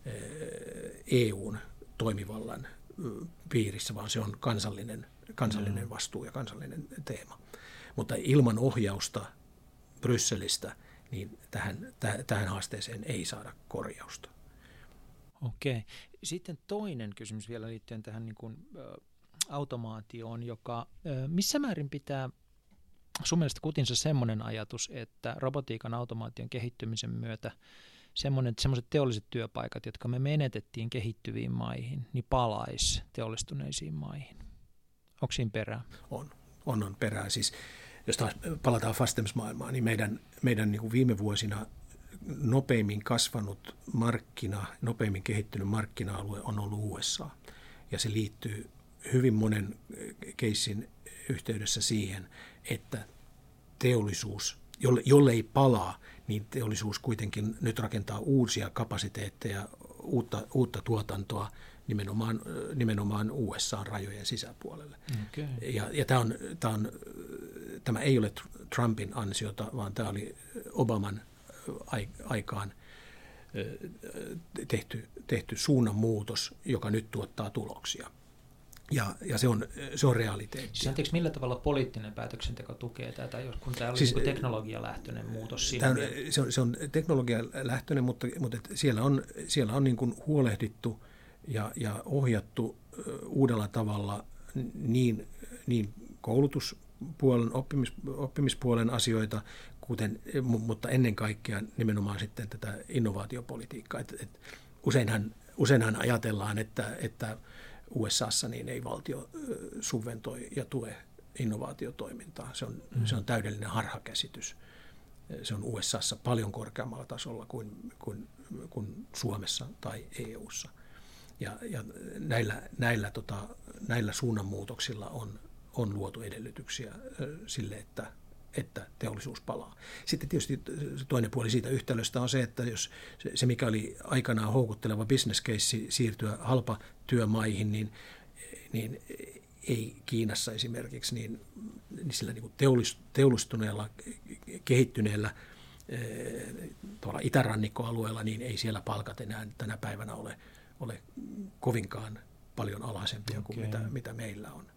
EUn toimivallan piirissä, vaan se on kansallinen vastuu ja kansallinen teema. Mutta ilman ohjausta Brysselistä niin tähän haasteeseen ei saada korjausta. Okei. Sitten toinen kysymys vielä liittyen tähän niin kuin, automaatioon, joka missä määrin pitää sun mielestä kutinsa semmoinen ajatus, että robotiikan automaation kehittymisen myötä semmoiset teolliset työpaikat, jotka me menetettiin kehittyviin maihin, niin palaisi teollistuneisiin maihin. Onko siinä perää? On perää. Siis jos taas palataan Fastems-maailmaan, niin meidän niin kuin viime vuosina nopeimmin kasvanut nopeimmin kehittynyt markkina-alue on ollut USA. Ja se liittyy hyvin monen keissin yhteydessä siihen, että teollisuus, jolle ei palaa, niin teollisuus kuitenkin nyt rakentaa uusia kapasiteetteja, uutta tuotantoa nimenomaan USA-rajojen sisäpuolelle. Okay. Ja tämä ei ole Trumpin ansiota, vaan tämä oli Obaman aikaan tehty suunnanmuutos, joka nyt tuottaa tuloksia. Ja se on realiteetti. Siis anteeksi, millä tavalla poliittinen päätöksenteko tukee tätä, kun tämä oli siis teknologialähtöinen muutos siinä? Se on teknologialähtöinen, mutta siellä on niin kuin huolehdittu ja ohjattu uudella tavalla niin koulutuspuolen, oppimispuolen asioita, mutta ennen kaikkea nimenomaan sitten tätä innovaatiopolitiikkaa. Useinhan ajatellaan, että USAssa niin ei valtio subventoi ja tue innovaatiotoimintaa. Se on täydellinen harhakäsitys. Se on USAssa paljon korkeammalla tasolla kuin Suomessa tai EU:ssa. Ja näillä suunnanmuutoksilla on luotu edellytyksiä sille, että teollisuus palaa. Sitten tietysti toinen puoli siitä yhtälöstä on se, että jos se mikä oli aikanaan houkutteleva business case siirtyä halpatyömaihin, niin ei Kiinassa esimerkiksi niin sillä niin kuin teollistuneella, kehittyneellä itärannikkoalueella, niin ei siellä palkat enää tänä päivänä ole kovinkaan paljon alhaisempia kuin mitä meillä on.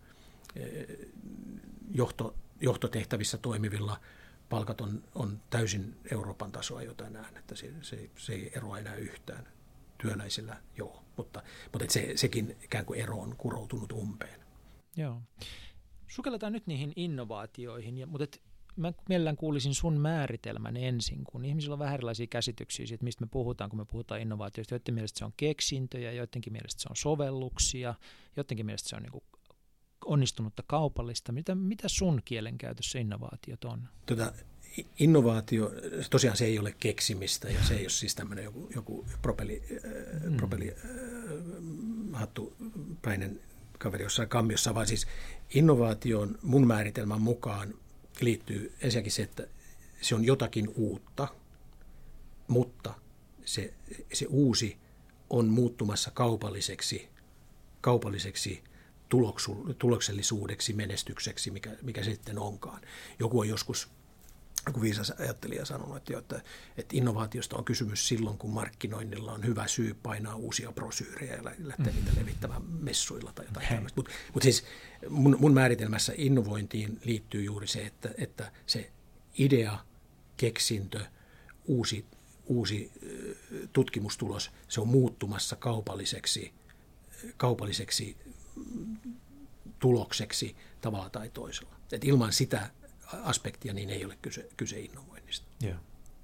Johtotehtävissä toimivilla palkat on täysin Euroopan tasoa jo tänään, että se ei eroa enää yhtään. Työläisillä joo, mutta sekin ikään kuin ero on kuroutunut umpeen. Joo. Sukelletaan nyt niihin innovaatioihin, mutta mä mielellään kuulisin sun määritelmän ensin, kun ihmisillä on vähän erilaisia käsityksiä siitä, mistä me puhutaan, kun me puhutaan innovaatioista. Joiden mielestä se on keksintöjä, joidenkin mielestä se on sovelluksia, joidenkin mielestä se on niin kuin onnistunutta kaupallista. Mitä sun kielenkäytössä innovaatiot on? Innovaatio, tosiaan se ei ole keksimistä ja se ei ole siis tämmöinen joku propelihattupäinen kaveri jossain kammiossa, vaan siis innovaatioon mun määritelmän mukaan liittyy ensinnäkin se, että se on jotakin uutta, mutta se uusi on muuttumassa kaupalliseksi tuloksellisuudeksi, menestykseksi, mikä se sitten onkaan. Joku on joskus, joku viisas ajattelija sanonut, että innovaatiosta on kysymys silloin, kun markkinoinnilla on hyvä syy painaa uusia brosyyrejä ja lähteä niitä levittämään messuilla tai jotain tämmöistä. Mutta siis mun määritelmässä innovointiin liittyy juuri se, että se idea, keksintö, uusi tutkimustulos, se on muuttumassa kaupalliseksi tulokseksi tavalla tai toisella. Et ilman sitä aspektia niin ei ole kyse innovoinnista. Yeah.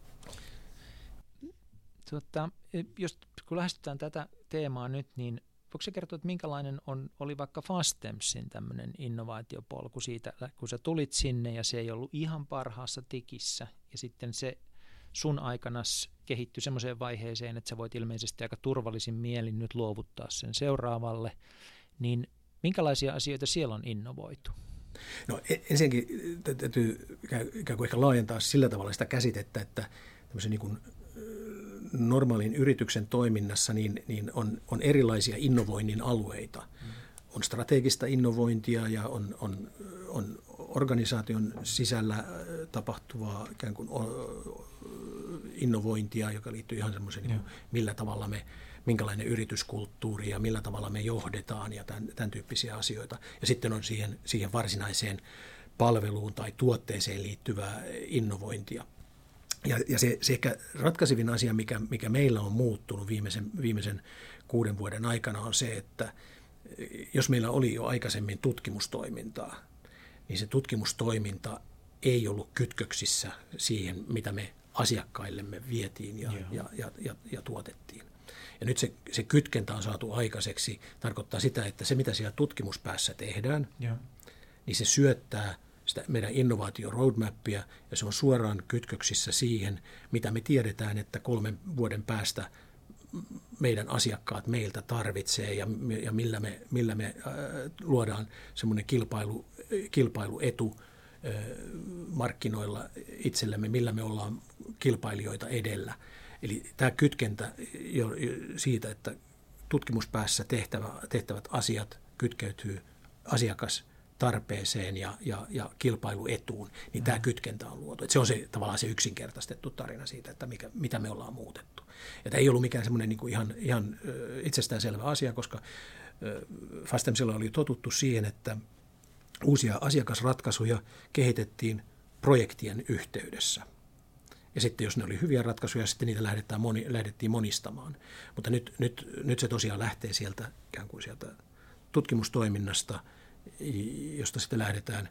Kun lähestytään tätä teemaa nyt, niin voiko sä kertoa, että minkälainen oli vaikka Fastemsin tämmöinen innovaatiopolku siitä, kun sä tulit sinne ja se ei ollut ihan parhaassa tikissä ja sitten se sun aikanas kehittyi semmoiseen vaiheeseen, että sä voit ilmeisesti aika turvallisin mielin nyt luovuttaa sen seuraavalle, niin minkälaisia asioita siellä on innovoitu? No ensinnäkin täytyy ikään kuin ehkä laajentaa sillä tavalla sitä käsitettä, että tämmöisen niin kuin normaalin yrityksen toiminnassa niin on erilaisia innovoinnin alueita. On strategista innovointia ja on organisaation sisällä tapahtuvaa ikään kuin innovointia, joka liittyy ihan semmoiseen, niin minkälainen yrityskulttuuri ja millä tavalla me johdetaan ja tämän tyyppisiä asioita. Ja sitten on siihen varsinaiseen palveluun tai tuotteeseen liittyvää innovointia. Ja se ehkä ratkaisevin asia, mikä meillä on muuttunut viimeisen 6 vuoden aikana, on se, että jos meillä oli jo aikaisemmin tutkimustoimintaa, niin se tutkimustoiminta ei ollut kytköksissä siihen, mitä me asiakkaillemme vietiin ja tuotettiin. Ja nyt se kytkentä on saatu aikaiseksi, tarkoittaa sitä, että se mitä siellä tutkimuspäässä tehdään, niin se syöttää sitä meidän innovaatio roadmappia ja se on suoraan kytköksissä siihen, mitä me tiedetään, että 3 vuoden päästä meidän asiakkaat meiltä tarvitsee ja millä me luodaan semmoinen kilpailuetu markkinoilla itsellemme, millä me ollaan kilpailijoita edellä. Eli tämä kytkentä jo siitä, että tutkimuspäässä tehtävät asiat kytkeytyy asiakastarpeeseen ja kilpailuetuun, niin tämä kytkentä on luotu. Että se on tavallaan se yksinkertaistettu tarina siitä, että mitä me ollaan muutettu. Ja tämä ei ollut mikään semmoinen niin kuin ihan itsestäänselvä asia, koska Fastemsilla oli totuttu siihen, että uusia asiakasratkaisuja kehitettiin projektien yhteydessä. Ja sitten jos ne oli hyviä ratkaisuja, sitten niitä lähdettiin monistamaan. Mutta nyt se tosiaan lähtee sieltä ikään kuin sieltä tutkimustoiminnasta, josta sitten lähdetään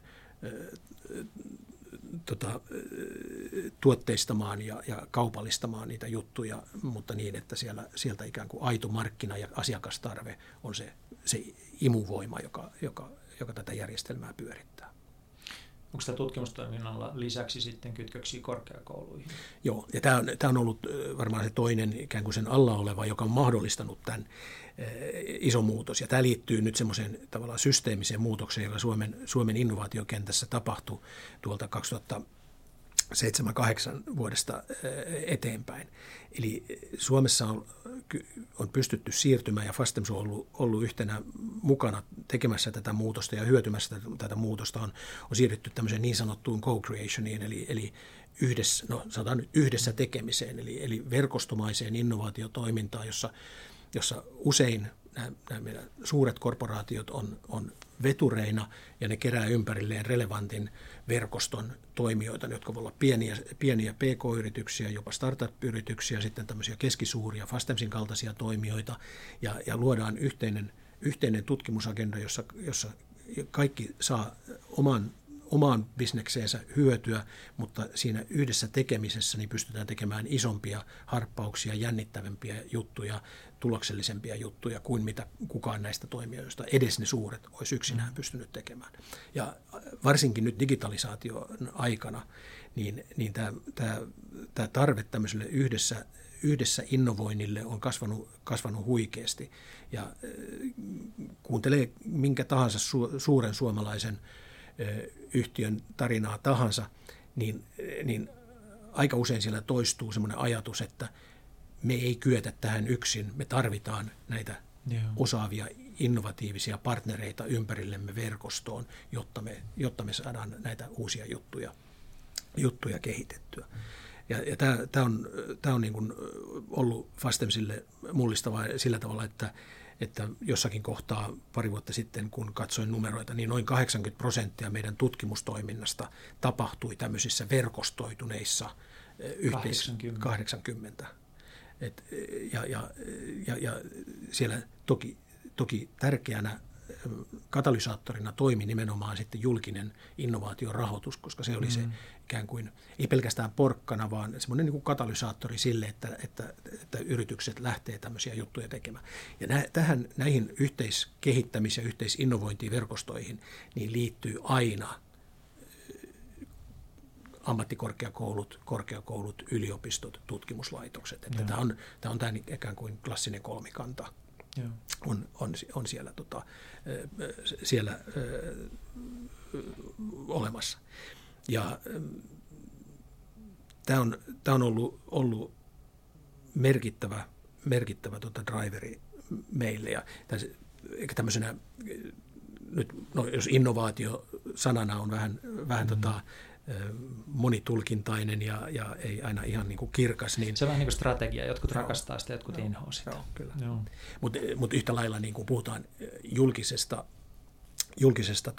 tuotteistamaan ja kaupallistamaan niitä juttuja, mutta niin, että sieltä ikään kuin aito markkina ja asiakastarve on se imuvoima, joka tätä järjestelmää pyörittää. Onko tämä tutkimustoiminnalla lisäksi sitten kytköksiä korkeakouluihin? Joo, ja tämä on ollut varmaan se toinen ikään kuin sen alla oleva, joka on mahdollistanut tämän iso muutos. Ja tämä liittyy nyt semmoiseen tavallaan systeemiseen muutokseen, joka Suomen innovaatiokentässä tapahtui tuolta 2007-2008 vuodesta eteenpäin. Eli Suomessa on pystytty siirtymään, ja Fastems on ollut yhtenä mukana tekemässä tätä muutosta ja hyötymässä tätä muutosta, on siirrytty tämmöiseen niin sanottuun co-creationiin, eli yhdessä tekemiseen, eli verkostomaiseen innovaatiotoimintaan, jossa usein nämä meidän suuret korporaatiot on vetureina ja ne kerää ympärilleen relevantin verkoston toimijoita, jotka voi olla pieniä pk-yrityksiä, jopa startup-yrityksiä, sitten tämmöisiä keskisuuria Fastemsin kaltaisia toimijoita ja luodaan yhteinen tutkimusagenda, jossa kaikki saa omaan bisnekseensä hyötyä, mutta siinä yhdessä tekemisessä niin pystytään tekemään isompia harppauksia, jännittävämpiä juttuja, tuloksellisempia juttuja kuin mitä kukaan näistä toimijoista, edes ne suuret, olisi yksinään pystynyt tekemään. Ja varsinkin nyt digitalisaation aikana, niin tämä tarve tämmöiselle yhdessä innovoinnille on kasvanut huikeasti. Ja kuuntelee minkä tahansa suuren suomalaisen yhtiön tarinaa tahansa, niin aika usein siellä toistuu semmoinen ajatus, että me ei kyetä tähän yksin, me tarvitaan näitä osaavia, innovatiivisia partnereita ympärillemme verkostoon, jotta me saadaan näitä uusia juttuja kehitettyä. Ja tämä on niin kuin ollut Fastemsille mullistavaa sillä tavalla, että jossakin kohtaa pari vuotta sitten, kun katsoin numeroita, niin noin 80% meidän tutkimustoiminnasta tapahtui tämmöisissä verkostoituneissa 80. Ja siellä toki tärkeänä katalysaattorina toimi nimenomaan sitten julkinen innovaatiorahoitus, koska se oli se ikään kuin, ei pelkästään porkkana, vaan semmoinen niin kuin katalysaattori sille, että yritykset lähtee tämmöisiä juttuja tekemään. Ja näihin yhteiskehittämis- ja yhteisinnovointiverkostoihin niin liittyy aina ammattikorkeakoulut, yliopistot, tutkimuslaitokset. Että tämä on tämä ikään kuin klassinen kolmikanta. On siellä olemassa. Ja tämä on ollut merkittävä driveri meille. Ja tämmöisenä, nyt, jos innovaatio sanana on vähän monitulkintainen ja ei aina ihan niin kuin kirkas. Niin, se on vähän niin kuin strategia. Jotkut rakastaa sitä, jotkut inhoaa sitä. Joo, kyllä. Mutta yhtä lailla niin kuin puhutaan julkisesta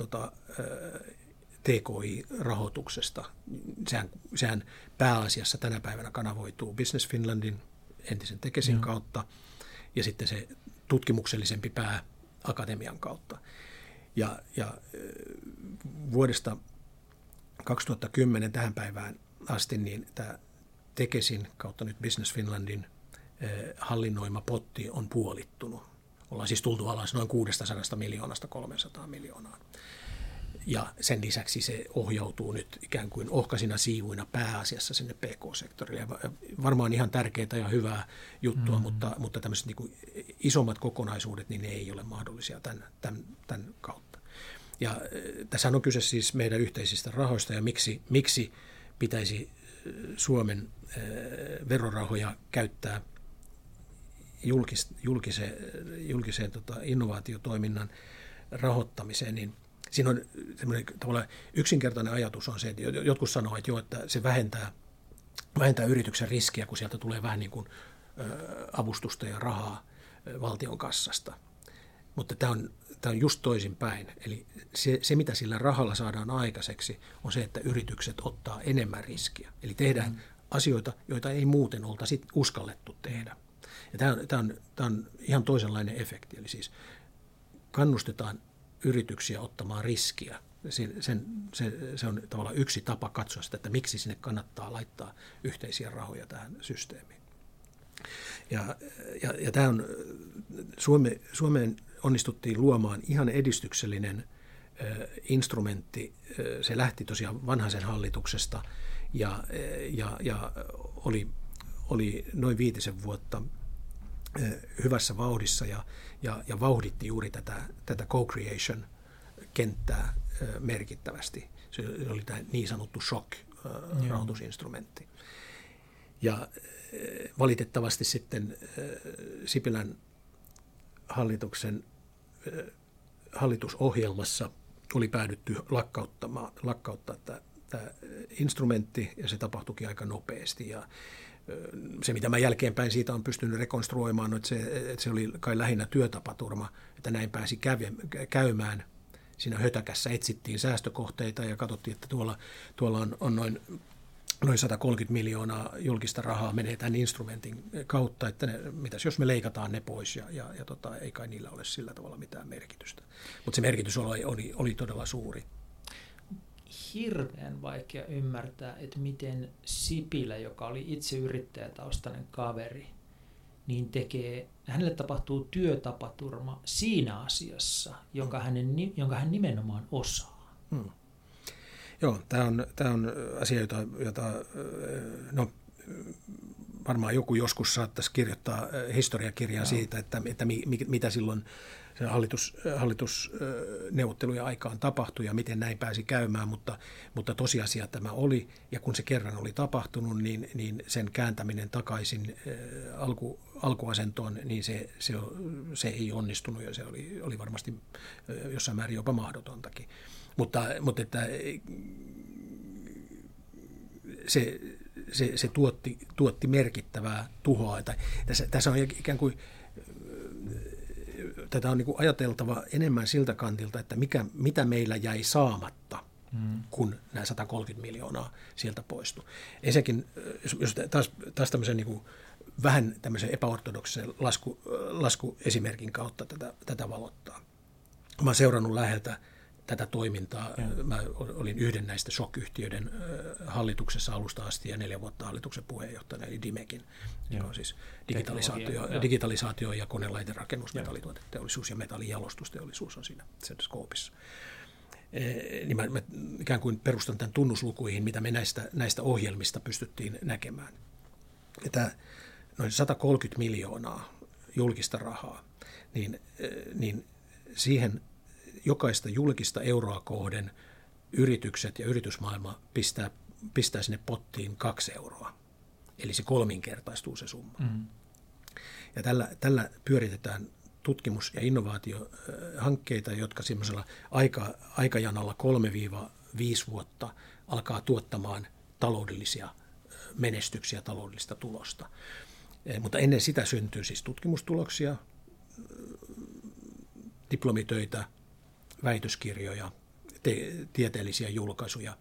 TKI-rahoituksesta. Sehän pääasiassa tänä päivänä kanavoituu Business Finlandin entisen Tekesin kautta ja sitten se tutkimuksellisempi pää akatemian kautta. Ja vuodesta 2010 tähän päivään asti niin tämä Tekesin kautta nyt Business Finlandin hallinnoima potti on puolittunut. Ollaan siis tultu alas noin 600 miljoonasta 300 miljoonaan. Ja sen lisäksi se ohjautuu nyt ikään kuin ohkaisina siivuina pääasiassa sinne PK-sektorille. Ja varmaan ihan tärkeää ja hyvää juttua, mutta tämmöiset niin kuin isommat kokonaisuudet, niin ne ei ole mahdollisia tämän kautta. Ja tässä on kyse siis meidän yhteisistä rahoista ja miksi pitäisi Suomen verorahoja käyttää julkiseen innovaatiotoiminnan rahoittamiseen, niin siinä on semmoinen tavallaan yksinkertainen ajatus on se, että jotkut sanoo, että, että se vähentää yrityksen riskiä, kun sieltä tulee vähän niin kuin avustusta ja rahaa valtion kassasta. Mutta tämä on just toisinpäin. Eli se, mitä sillä rahalla saadaan aikaiseksi, on se, että yritykset ottaa enemmän riskiä. Eli tehdään asioita, joita ei muuten oltaisi uskallettu tehdä. Ja tämä on ihan toisenlainen efekti. Eli siis kannustetaan yrityksiä ottamaan riskiä. Se on tavallaan yksi tapa katsoa sitä, että miksi sinne kannattaa laittaa yhteisiä rahoja tähän systeemiin. Ja tämä on, Suomeen onnistuttiin luomaan ihan edistyksellinen instrumentti. Se lähti tosiaan Vanhasen hallituksesta ja oli noin 5 vuotta hyvässä vauhdissa ja vauhditti juuri tätä co-creation-kenttää merkittävästi. Se oli tämä niin sanottu shock-rahoitusinstrumentti. Ja valitettavasti sitten Sipilän hallitusohjelmassa oli päädytty lakkauttaa tämä instrumentti, ja se tapahtuikin aika nopeasti. Ja se, mitä mä jälkeenpäin siitä on pystynyt rekonstruoimaan, on, että se oli kai lähinnä työtapaturma, että näin pääsi käymään. Siinä hötäkässä etsittiin säästökohteita ja katsottiin, että tuolla on noin 130 miljoonaa julkista rahaa menee tämän instrumentin kautta, että mitäs jos me leikataan ne pois ja ei kai niillä ole sillä tavalla mitään merkitystä. Mutta se merkitys oli todella suuri. Hirveän vaikea ymmärtää, että miten Sipilä, joka oli itse yrittäjätaustainen kaveri, niin hänelle tapahtuu työtapaturma siinä asiassa, jonka hän nimenomaan osaa. Joo, tämä on asia, jota varmaan joku joskus saattaisi kirjoittaa historiakirjaa siitä, että mitä silloin hallitusneuvottelujen aikaan tapahtui ja miten näin pääsi käymään, mutta tosiasia tämä oli, ja kun se kerran oli tapahtunut, niin sen kääntäminen takaisin alkuasentoon, niin se ei onnistunut, ja se oli varmasti jossain määrin jopa mahdotontakin. Mutta että se tuotti merkittävää tuhoa. Tässä on ikään kuin, tätä on niin kuin ajateltava enemmän siltä kantilta, että mitä meillä jäi saamatta, kun nämä 130 miljoonaa sieltä poistui. Ensinnäkin, jos taas tämmöisen niin kuin vähän tämmöisen epäortodoksisen laskuesimerkin kautta tätä valottaa. Mä oon seurannut läheltä tätä toimintaa. Mä olin yhden näistä shock-yhtiöiden hallituksessa alusta asti ja 4 vuotta hallituksen puheenjohtajana, eli Dimekin, joka on siis digitalisaatio ja konelaiterakennus, metallituoteteollisuus ja metallijalostusteollisuus on siinä sen skoopissa. Niin mä ikään kuin perustan tämän tunnuslukuihin, mitä me näistä ohjelmista pystyttiin näkemään. Että noin 130 miljoonaa julkista rahaa, niin siihen jokaista julkista euroa kohden yritykset ja yritysmaailma pistää sinne pottiin 2 euroa. Eli se 3-kertaistuu se summa. Ja tällä pyöritetään tutkimus- ja innovaatiohankkeita, jotka semmoisella aikajanalla 3-5 vuotta alkaa tuottamaan taloudellisia menestyksiä, taloudellista tulosta. Mutta ennen sitä syntyy siis tutkimustuloksia, diplomitöitä, väitöskirjoja, tieteellisiä julkaisuja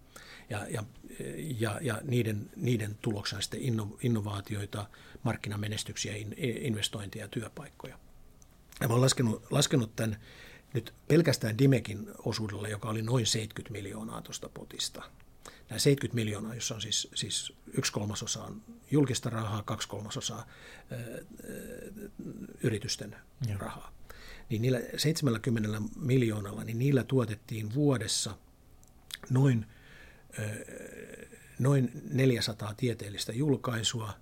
ja niiden tuloksena sitten innovaatioita, markkinamenestyksiä, investointeja ja työpaikkoja. Ja mä olen laskenut tämän nyt pelkästään Dimekin osuudella, joka oli noin 70 miljoonaa tuosta potista. Nämä 70 miljoonaa, jossa on siis 1/3 on julkista rahaa, 2/3 yritysten rahaa. Niin niillä 70 miljoonalla, niin niillä tuotettiin vuodessa noin 400 tieteellistä julkaisua,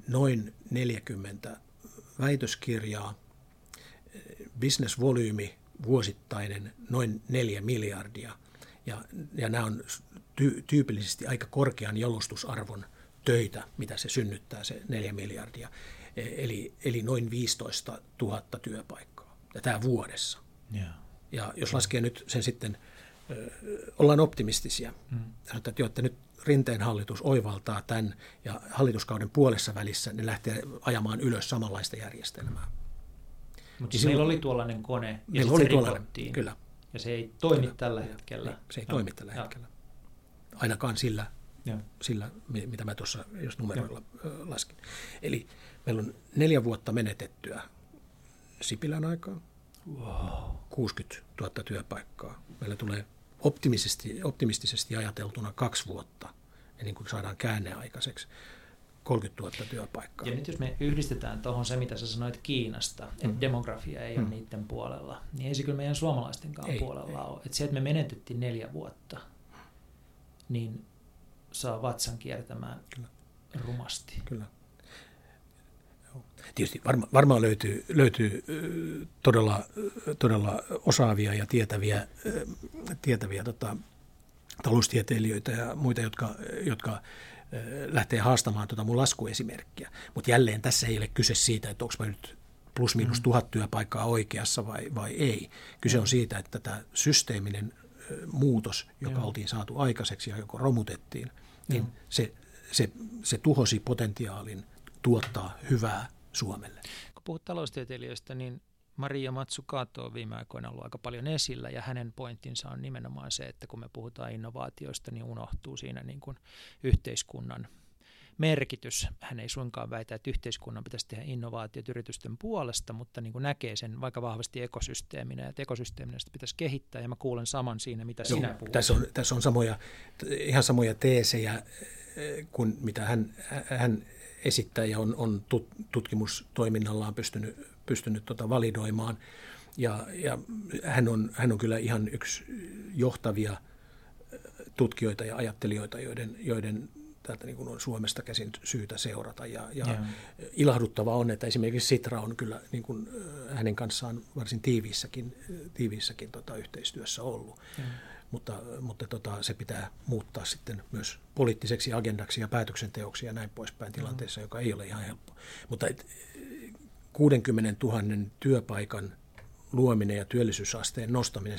noin 40 väitöskirjaa, businessvolyymi vuosittainen noin 4 miljardia. Ja nämä on tyypillisesti aika korkean jalostusarvon töitä, mitä se synnyttää, se 4 miljardia. Eli noin 15 000 työpaikkaa. Ja tämä vuodessa. Yeah. Ja jos laskee nyt sen sitten, ollaan optimistisia. Sanotaan, että nyt Rinteen hallitus oivaltaa tämän ja hallituskauden puolessa välissä ne lähtee ajamaan ylös samanlaista järjestelmää. Mutta siis meillä oli tuollainen kone ja meillä oli se rikottiin. Kyllä. Ja se ei toimi tällä hetkellä. Se ei toimi tällä hetkellä. Ainakaan sillä, mitä mä tuossa just numeroilla laskin. Eli meillä on 4 vuotta menetettyä Sipilän aikaa. Wow. 60 000 työpaikkaa. Meillä tulee optimistisesti ajateltuna 2 vuotta, ennen kuin saadaan käänne aikaiseksi. 30 000 työpaikkaa. Ja nyt jos me yhdistetään tuohon se, mitä sä sanoit Kiinasta, että demografia ei ole niiden puolella, niin ei se kyllä meidän suomalaistenkaan puolella ole. Että se, että me menetettiin 4 vuotta, niin saa vatsan kiertämään rumasti. Kyllä. Tietysti varmaan löytyy todella osaavia ja tietäviä taloustieteilijöitä ja muita, jotka lähtee haastamaan mun laskuesimerkkiä. Mutta jälleen tässä ei ole kyse siitä, että onko mä nyt plus miinus 1000 työpaikkaa oikeassa vai ei. Kyse on siitä, että tämä systeeminen muutos, joka oltiin saatu aikaiseksi ja joka romutettiin, niin se tuhosi potentiaalin tuottaa hyvää Suomelle. Kun puhut taloustieteilijöistä, niin Maria Mazzucato on viime aikoina ollut aika paljon esillä, ja hänen pointtinsa on nimenomaan se, että kun me puhutaan innovaatioista, niin unohtuu siinä niin kuin yhteiskunnan merkitys. Hän ei suinkaan väitä, että yhteiskunnan pitäisi tehdä innovaatiot yritysten puolesta, mutta niin kuin näkee sen vaikka vahvasti ekosysteeminä, että ekosysteeminä sitä pitäisi kehittää, ja mä kuulen saman siinä, mitä sinä puhut. Tässä on ihan samoja teesejä kuin mitä hän esittää ja on tutkimustoiminnallaan pystynyt validoimaan. Ja hän on kyllä ihan yksi johtavia tutkijoita ja ajattelijoita, joiden täältä niin kuin on Suomesta käsin syytä seurata. Ja ilahduttavaa on, että esimerkiksi Sitra on kyllä niin kuin hänen kanssaan varsin tiiviissäkin yhteistyössä ollut. Mutta se pitää muuttaa sitten myös poliittiseksi agendaksi ja päätöksenteoksi ja näin poispäin tilanteessa, joka ei ole ihan helppo. Mutta 60 000 työpaikan luominen ja työllisyysasteen nostaminen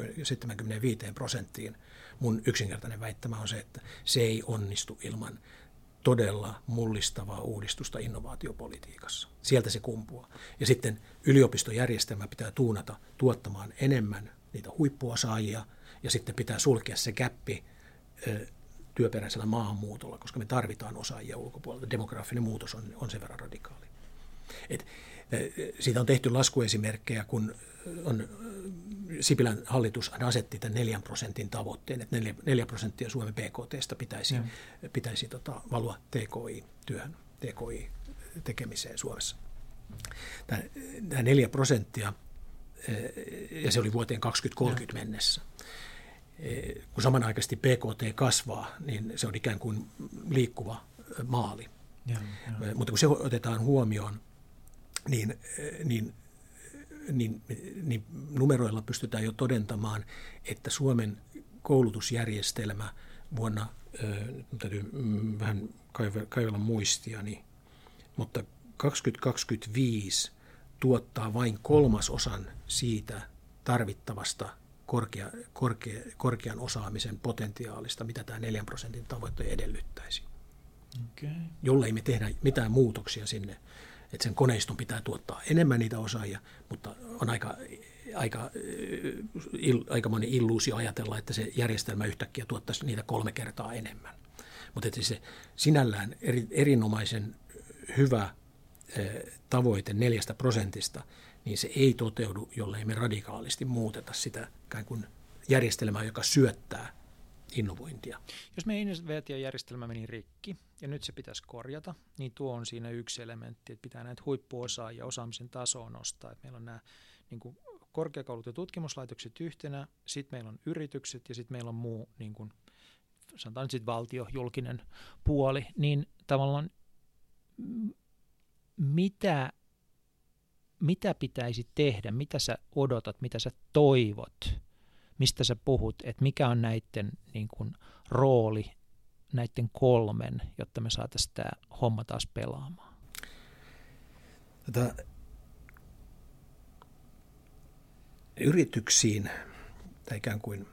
75%, mun yksinkertainen väittämä on se, että se ei onnistu ilman todella mullistavaa uudistusta innovaatiopolitiikassa. Sieltä se kumpuaa. Ja sitten yliopistojärjestelmä pitää tuunata tuottamaan enemmän niitä huippuosaajia, ja sitten pitää sulkea se gäppi työperäisellä maahanmuutolla, koska me tarvitaan osaajia ulkopuolelta. Demografinen muutos on sen verran radikaali. Siitä on tehty laskuesimerkkejä, kun Sipilän hallitus asetti tämän 4% tavoitteen, että 4% Suomen BKT:stä pitäisi valua TKI-työhön, TKI-tekemiseen Suomessa. Tämä 4%, ja se oli vuoteen 2030 mennessä. Kun samanaikaisesti BKT kasvaa, niin se on ikään kuin liikkuva maali. Mutta kun se otetaan huomioon, niin numeroilla pystytään jo todentamaan, että Suomen koulutusjärjestelmä vuonna, täytyy vähän kaivella muistiani, mutta 2025 tuottaa vain 1/3 siitä tarvittavasta korkean osaamisen potentiaalista, mitä tämä 4% tavoite edellyttäisi. Okay. Jollei me tehdä mitään muutoksia sinne, että sen koneiston pitää tuottaa enemmän niitä osaajia, mutta on aikamoinen illuusio ajatella, että se järjestelmä yhtäkkiä tuottaisi niitä 3 kertaa enemmän. Mutta että se sinällään erinomaisen hyvä tavoite 4%, niin se ei toteudu, jollei me radikaalisti muuteta sitä ikään kuin järjestelmää, joka syöttää innovointia. Jos meidän innovaatiojärjestelmä meni rikki ja nyt se pitäisi korjata, niin tuo on siinä yksi elementti, että pitää näitä huippuosaajia osaamisen tasoa nostaa. Että meillä on nämä niin kuin korkeakoulut ja tutkimuslaitokset yhtenä, sitten meillä on yritykset ja sitten meillä on muu, niin kuin, sanotaan sitten valtio, julkinen puoli, niin tavallaan mitä pitäisi tehdä, mitä sä odotat, mitä sä toivot, mistä sä puhut, että mikä on näiden niin kuin, rooli, näiden 3, jotta me saataisiin tämä homma taas pelaamaan? Yrityksiin tai ikään kuin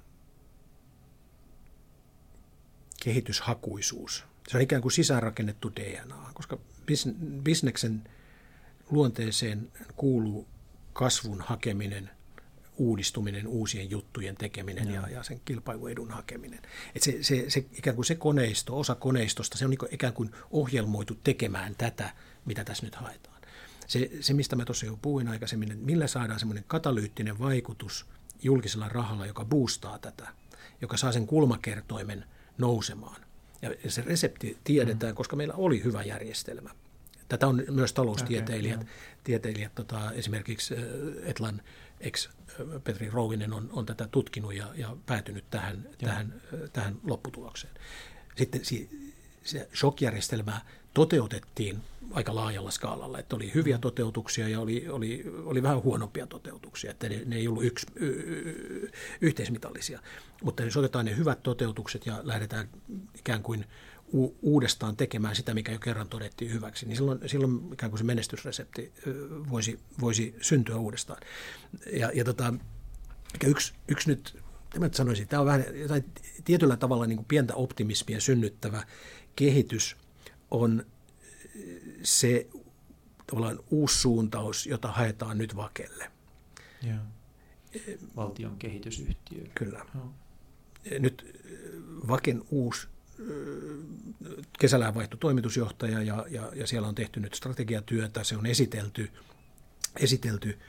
kehityshakuisuus, se on ikään kuin sisäänrakennettu DNA, koska bisneksen luonteeseen kuuluu kasvun hakeminen, uudistuminen, uusien juttujen tekeminen ja sen kilpailuedun hakeminen. Et se ikään kuin se koneisto, osa koneistosta, se on ikään kuin ohjelmoitu tekemään tätä, mitä tässä nyt haetaan. Se mistä mä tuossa jo puhuin aikaisemmin, että millä saadaan semmoinen katalyyttinen vaikutus julkisella rahalla, joka boostaa tätä, joka saa sen kulmakertoimen nousemaan. Ja se resepti tiedetään, koska meillä oli hyvä järjestelmä. Tätä on myös taloustieteilijät. Esimerkiksi Etlan Petri Rouvinen on tätä tutkinut ja päätynyt tähän lopputulokseen. Sitten se shock-järjestelmää toteutettiin aika laajalla skaalalla, että oli hyviä toteutuksia ja oli vähän huonompia toteutuksia, että ne ei ollut yhteismitallisia. Mutta jos otetaan ne hyvät toteutukset ja lähdetään ikään kuin uudestaan tekemään sitä, mikä jo kerran todettiin hyväksi, niin silloin ikään kuin se menestysresepti voisi syntyä uudestaan. Ja yksi nyt, mä sanoisin, tämä on vähän jotain tietyllä tavalla niin kuin pientä optimismia synnyttävä kehitys on se tavallaan uusi suuntaus, jota haetaan nyt Vakelle. Joo. Valtion kehitysyhtiö. Kyllä. Nyt Vaken uusi kesällä vaihtui toimitusjohtaja ja siellä on tehty nyt strategiatyötä, se on esitelty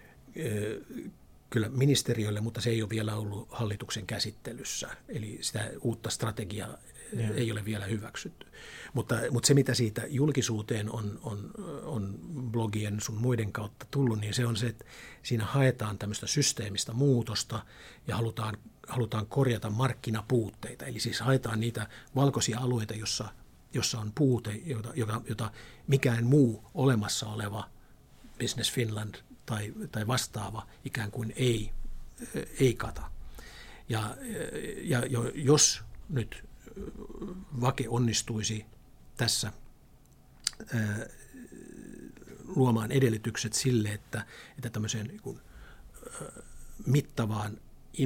kyllä ministeriölle, mutta se ei ole vielä ollut hallituksen käsittelyssä, eli sitä uutta strategiaa ei ole vielä hyväksytty. Mutta se, mitä siitä julkisuuteen on blogien sun muiden kautta tullut, niin se on se, että siinä haetaan tämmöistä systeemistä muutosta ja halutaan korjata markkinapuutteita. Eli siis haetaan niitä valkoisia alueita, jossa on puute, jota mikään muu olemassa oleva Business Finland tai vastaava ikään kuin ei kata. Ja jos nyt Vake onnistuisi tässä luomaan edellytykset sille, että tämmöiseen niin kuin mittavaan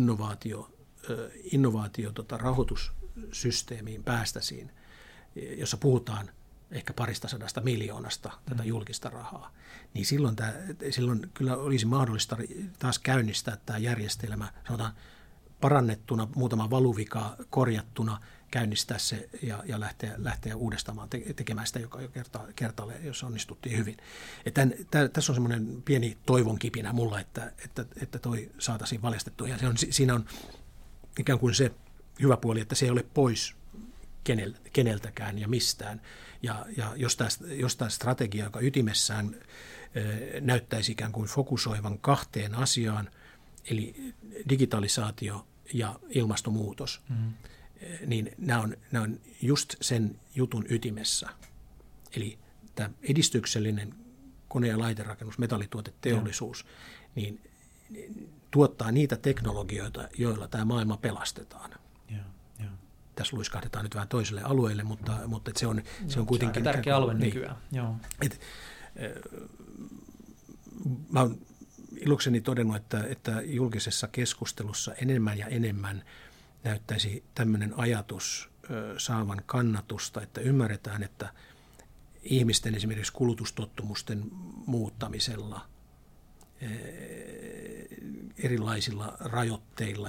rahoitussysteemiin päästäisiin, jossa puhutaan ehkä 200 miljoonasta tätä julkista rahaa, niin silloin kyllä olisi mahdollista taas käynnistää tämä järjestelmä, sanotaan parannettuna, muutama valuvika korjattuna, käynnistää se ja lähteä uudestamaan tekemään sitä, joka jo kertaalle, jos onnistuttiin hyvin. Tässä on semmoinen pieni toivon kipinä mulla, että toi saataisiin valjastettua. Ja siinä on ikään kuin se hyvä puoli, että se ei ole pois keneltäkään ja mistään. Ja jos tämä strategia, joka ytimessään näyttäisi ikään kuin fokusoivan 2 asiaan, eli digitalisaatio ja ilmastonmuutos, niin nämä on just sen jutun ytimessä. Eli tämä edistyksellinen kone- ja laiterakennus, metallituoteteollisuus, niin tuottaa niitä teknologioita, joilla tämä maailma pelastetaan. Tässä luiskahdetaan nyt vähän toiselle alueelle, mutta se on kuitenkin... Aika tärkeä alue nykyään. Joo. Mä oon ilokseni todennut, että julkisessa keskustelussa enemmän ja enemmän näyttäisi tämmöinen ajatus saavan kannatusta, että ymmärretään, että ihmisten esimerkiksi kulutustottumusten muuttamisella, erilaisilla rajoitteilla,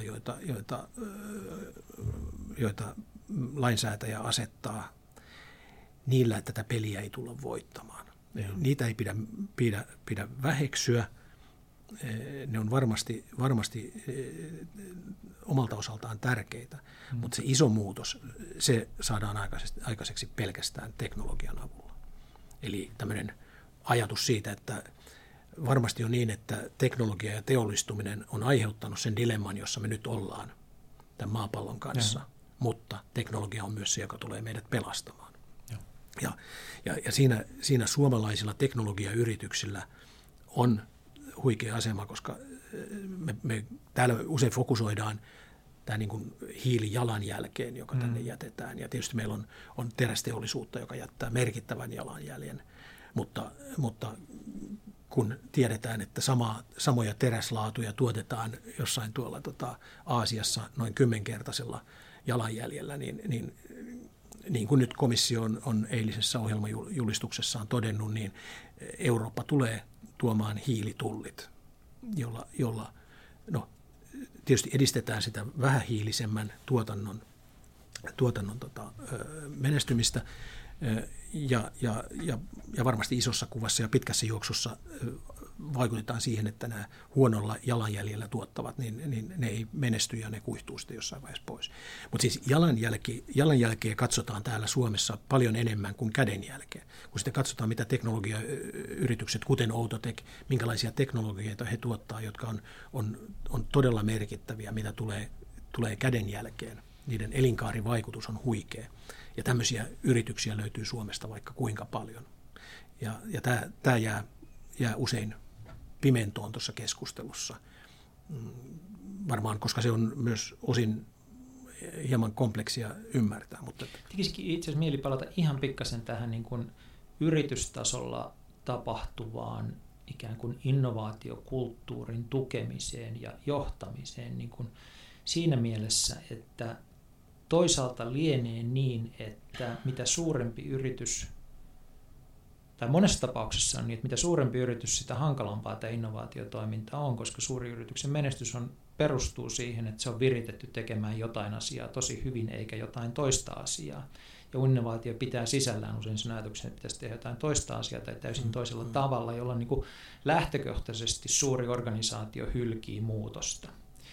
joita lainsäätäjä asettaa, niillä tätä peliä ei tulla voittamaan. Niitä ei pidä väheksyä. Ne on varmasti omalta osaltaan tärkeitä, mutta se iso muutos, se saadaan aikaiseksi pelkästään teknologian avulla. Eli tämmöinen ajatus siitä, että varmasti on niin, että teknologia ja teollistuminen on aiheuttanut sen dilemman, jossa me nyt ollaan tämän maapallon kanssa, mutta teknologia on myös se, joka tulee meidät pelastamaan. Ja siinä suomalaisilla teknologiayrityksillä on huikea asema, koska me täällä usein fokusoidaan tämä niin kuin hiilijalanjälkeen, joka tänne jätetään. Ja tietysti meillä on terästeollisuutta, joka jättää merkittävän jalanjäljen, mutta kun tiedetään, että samoja teräslaatuja tuotetaan jossain tuolla Aasiassa noin 10-kertaisella jalanjäljellä, niin kuin nyt komissio on eilisessä ohjelmajulistuksessaan todennut, niin Eurooppa tulee tuomaan hiilitullit, jolla tietysti edistetään sitä vähähiilisemmän tuotannon menestymistä ja varmasti isossa kuvassa ja pitkässä juoksussa vaikutetaan siihen, että nämä huonolla jalanjäljellä tuottavat, niin ne ei menesty ja ne kuihtuu sitten jossain vaiheessa pois. Mutta siis jalanjälkeä katsotaan täällä Suomessa paljon enemmän kuin kädenjälkeä. Kun sitten katsotaan, mitä teknologiayritykset, kuten Outotec, minkälaisia teknologioita he tuottaa, jotka on todella merkittäviä, mitä tulee kädenjälkeen. Niiden elinkaarivaikutus on huikea. Ja tämmöisiä yrityksiä löytyy Suomesta vaikka kuinka paljon. Ja tämä jää usein pimentoon tuossa keskustelussa. Varmaan, koska se on myös osin hieman kompleksia ymmärtää. Tekisikin itse asiassa mieli palata ihan pikkasen tähän niin kuin yritystasolla tapahtuvaan ikään kuin innovaatiokulttuurin tukemiseen ja johtamiseen niin kuin siinä mielessä, että toisaalta lienee niin, että mitä suurempi yritys, tai monessa tapauksessa on niin, että mitä suurempi yritys, sitä hankalampaa tämä innovaatiotoiminta on, koska suuri yrityksen menestys perustuu siihen, että se on viritetty tekemään jotain asiaa tosi hyvin eikä jotain toista asiaa. Ja innovaatio pitää sisällään usein sen ajatuksen, että pitäisi tehdä jotain toista asiaa tai täysin toisella tavalla, jolla niin kuin lähtökohtaisesti suuri organisaatio hylkii muutosta.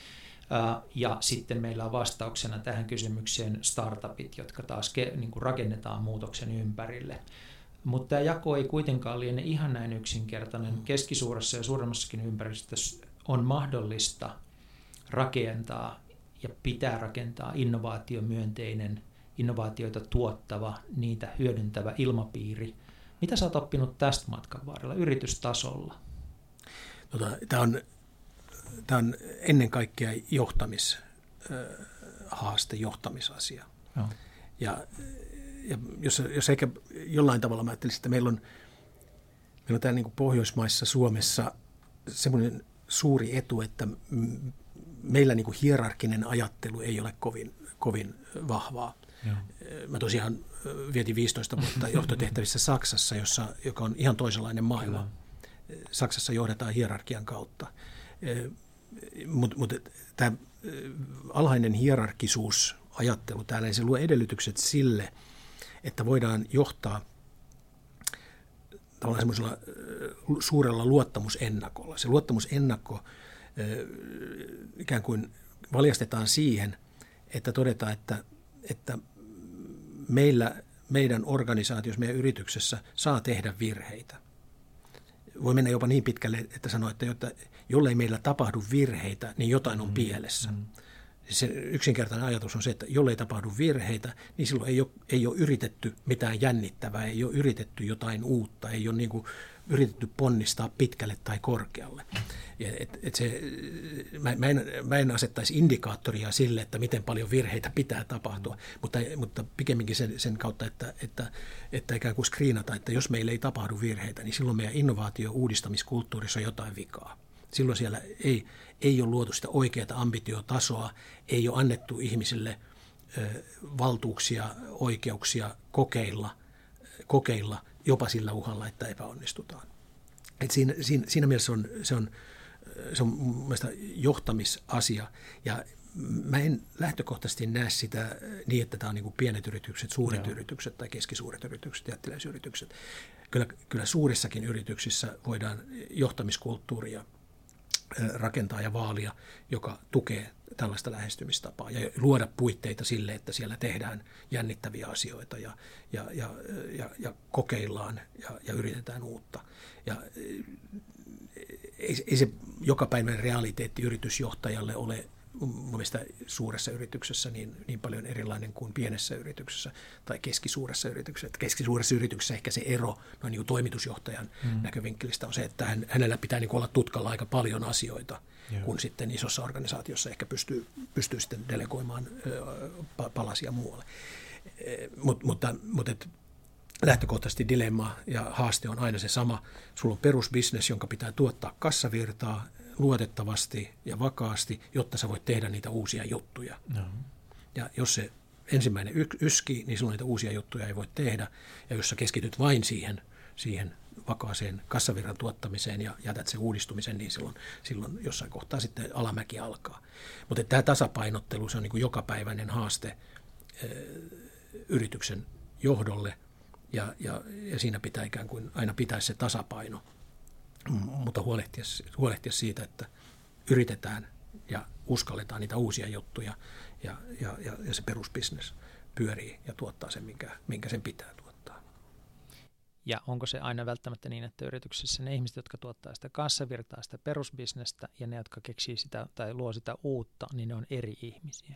Ja sitten meillä on vastauksena tähän kysymykseen startupit, jotka taas niin kuin rakennetaan muutoksen ympärille. Mutta tämä jako ei kuitenkaan liene ihan näin yksinkertainen. Keskisuuressa ja suuremmassakin ympäristössä on mahdollista rakentaa ja pitää rakentaa innovaatiomyönteinen, innovaatioita tuottava, niitä hyödyntävä ilmapiiri. Mitä sä oot oppinut tästä matkan varrella yritystasolla? Tämä on ennen kaikkea johtamishaaste, johtamisasia. No. Ja jos ehkä jollain tavalla mä ajattelisin, että meillä on täällä niin kuin Pohjoismaissa, Suomessa semmoinen suuri etu, että meillä niin kuin hierarkkinen ajattelu ei ole kovin vahvaa. Joo. Mä tosiaan vietin 15 vuotta johtotehtävissä Saksassa, joka on ihan toisenlainen maailma. Kyllä. Saksassa johdetaan hierarkian kautta. Mutta tämä alhainen hierarkisuusajattelu täällä, niin se luo edellytykset sille, että voidaan johtaa tavallaan semmoisella suurella luottamusennakolla. Se luottamusennakko ikään kuin valjastetaan siihen, että todetaan, että meidän organisaatiossa, meidän yrityksessä saa tehdä virheitä. Voi mennä jopa niin pitkälle, että sanoo, että jollei meillä tapahdu virheitä, niin jotain on pielessä. Se yksinkertainen ajatus on se, että jollei tapahdu virheitä, niin silloin ei ole yritetty mitään jännittävää, ei ole yritetty jotain uutta, ei ole niin kuin yritetty ponnistaa pitkälle tai korkealle. Mä en asettaisi indikaattoria sille, että miten paljon virheitä pitää tapahtua, mutta pikemminkin sen kautta, että ikään kuin screenata, että jos meillä ei tapahdu virheitä, niin silloin meidän innovaatio-uudistamiskulttuurissa on jotain vikaa. Silloin siellä ei ole luotu sitä oikeaa ambitiotasoa, ei ole annettu ihmisille valtuuksia, oikeuksia kokeilla jopa sillä uhalla, että epäonnistutaan. Et siinä mielessä se on mun mielestä johtamisasia, ja mä en lähtökohtaisesti näe sitä niin, että tämä on niin kuin pienet yritykset, suuret yritykset tai keskisuuret yritykset, jättiläisyritykset. Kyllä suurissakin yrityksissä voidaan johtamiskulttuuria rakentaa ja vaalia, joka tukee tällaista lähestymistapaa ja luoda puitteita sille, että siellä tehdään jännittäviä asioita ja kokeillaan ja yritetään uutta. Ja ei se jokapäiväinen realiteetti yritysjohtajalle ole mun mielestä suuressa yrityksessä niin paljon erilainen kuin pienessä yrityksessä tai keskisuuressa yrityksessä. Että keskisuuressa yrityksessä ehkä se ero noin niin kuin toimitusjohtajan näkövinkkelistä on se, että hänellä pitää niin kuin olla tutkalla aika paljon asioita, kun sitten isossa organisaatiossa ehkä pystyy sitten delegoimaan palasia muualle. Mutta lähtökohtaisesti dilemma ja haaste on aina se sama. Sulla on perusbusiness, jonka pitää tuottaa kassavirtaa luotettavasti ja vakaasti, jotta sä voit tehdä niitä uusia juttuja. No. Ja jos se ensimmäinen yskii, niin silloin niitä uusia juttuja ei voi tehdä. Ja jos sä keskityt vain siihen vakaaseen kassavirran tuottamiseen ja jätät sen uudistumisen, niin silloin jossain kohtaa sitten alamäki alkaa. Mutta tämä tasapainottelu, se on niin kuin jokapäiväinen haaste yrityksen johdolle, ja siinä pitää ikään kuin aina pitää se tasapaino, mutta huolehtia siitä, että yritetään ja uskalletaan niitä uusia juttuja ja se perusbusiness pyörii ja tuottaa sen, minkä sen pitää tuottaa. Ja onko se aina välttämättä niin, että yrityksessä ne ihmiset, jotka tuottaa sitä kassavirtaa, sitä perusbisnestä ja ne, jotka keksii sitä tai luo sitä uutta, niin ne on eri ihmisiä?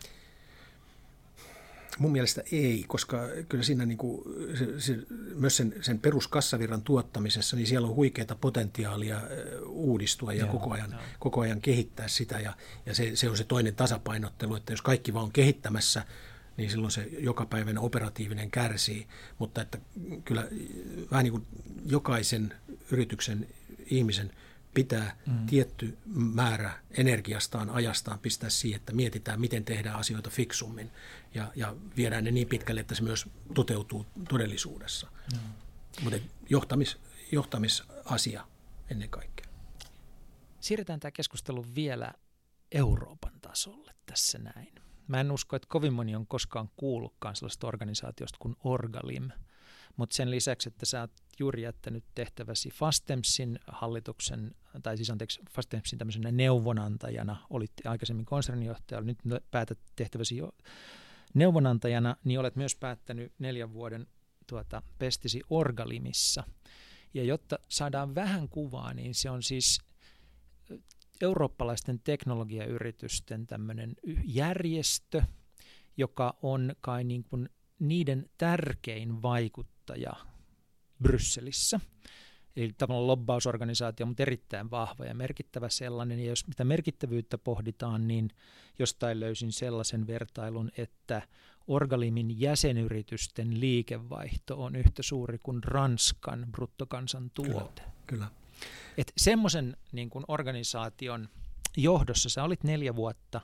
Mun mielestä ei, koska kyllä siinä niin kuin myös sen peruskassavirran tuottamisessa, niin siellä on huikeaa potentiaalia uudistua ja koko ajan kehittää sitä. Ja se on se toinen tasapainottelu, että jos kaikki vaan on kehittämässä, niin silloin se jokapäiväinen operatiivinen kärsii. Mutta että kyllä vähän niin kuin jokaisen yrityksen ihmisen pitää tietty määrä energiastaan, ajastaan pistää siihen, että mietitään, miten tehdään asioita fiksummin ja viedään ne niin pitkälle, että se myös toteutuu todellisuudessa. Mutta johtamisasia ennen kaikkea. Siirretään tämä keskustelu vielä Euroopan tasolle tässä näin. Mä en usko, että kovin moni on koskaan kuullutkaan sellaista organisaatiosta kuin Orgalim. Mutta sen lisäksi, että sä oot juuri jättänyt tehtäväsi Fastempsin hallituksen, tai siis Fastempsin tämmöisenä neuvonantajana, olit aikaisemmin konsernijohtaja, nyt päätät tehtäväsi jo neuvonantajana, niin olet myös päättänyt 4 vuoden pestisi Orgalimissa. Ja jotta saadaan vähän kuvaa, niin se on siis eurooppalaisten teknologiayritysten tämmöinen järjestö, joka on kai niin kuin niiden tärkein vaikuttaja Brysselissä. Eli tavallaan lobbausorganisaatio, mutta erittäin vahva ja merkittävä sellainen. Ja jos mitä merkittävyyttä pohditaan, niin jostain löysin sellaisen vertailun, että Orgalimin jäsenyritysten liikevaihto on yhtä suuri kuin Ranskan bruttokansantuote. Kyllä. Että semmoisen niin kuin organisaation johdossa sä olit 4 vuotta.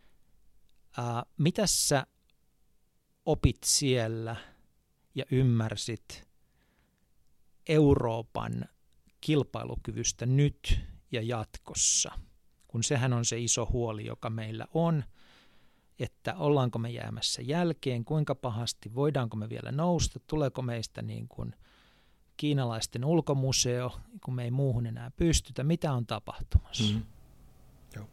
Mitäs sä opit siellä ja ymmärsit Euroopan kilpailukyvystä nyt ja jatkossa, kun sehän on se iso huoli, joka meillä on, että ollaanko me jäämässä jälkeen, kuinka pahasti, voidaanko me vielä nousta, tuleeko meistä niin kuin kiinalaisten ulkomuseo, kun me ei muuhun enää pystytä, mitä on tapahtumassa? Joo.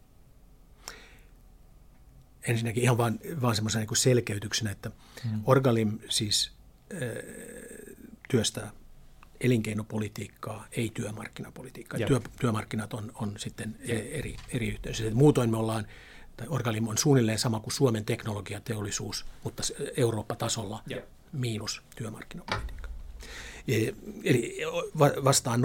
Ensinnäkin ihan vaan semmoisena niin kuin selkeytyksenä, että Orgalim siis työstää elinkeinopolitiikkaa, ei työmarkkinapolitiikkaa. Työmarkkinat on sitten eri yhteisössä. Muutoin me ollaan, tai Orgalim on suunnilleen sama kuin Suomen teknologiateollisuus, mutta Eurooppa-tasolla miinus työmarkkinapolitiikka. Eli vastaan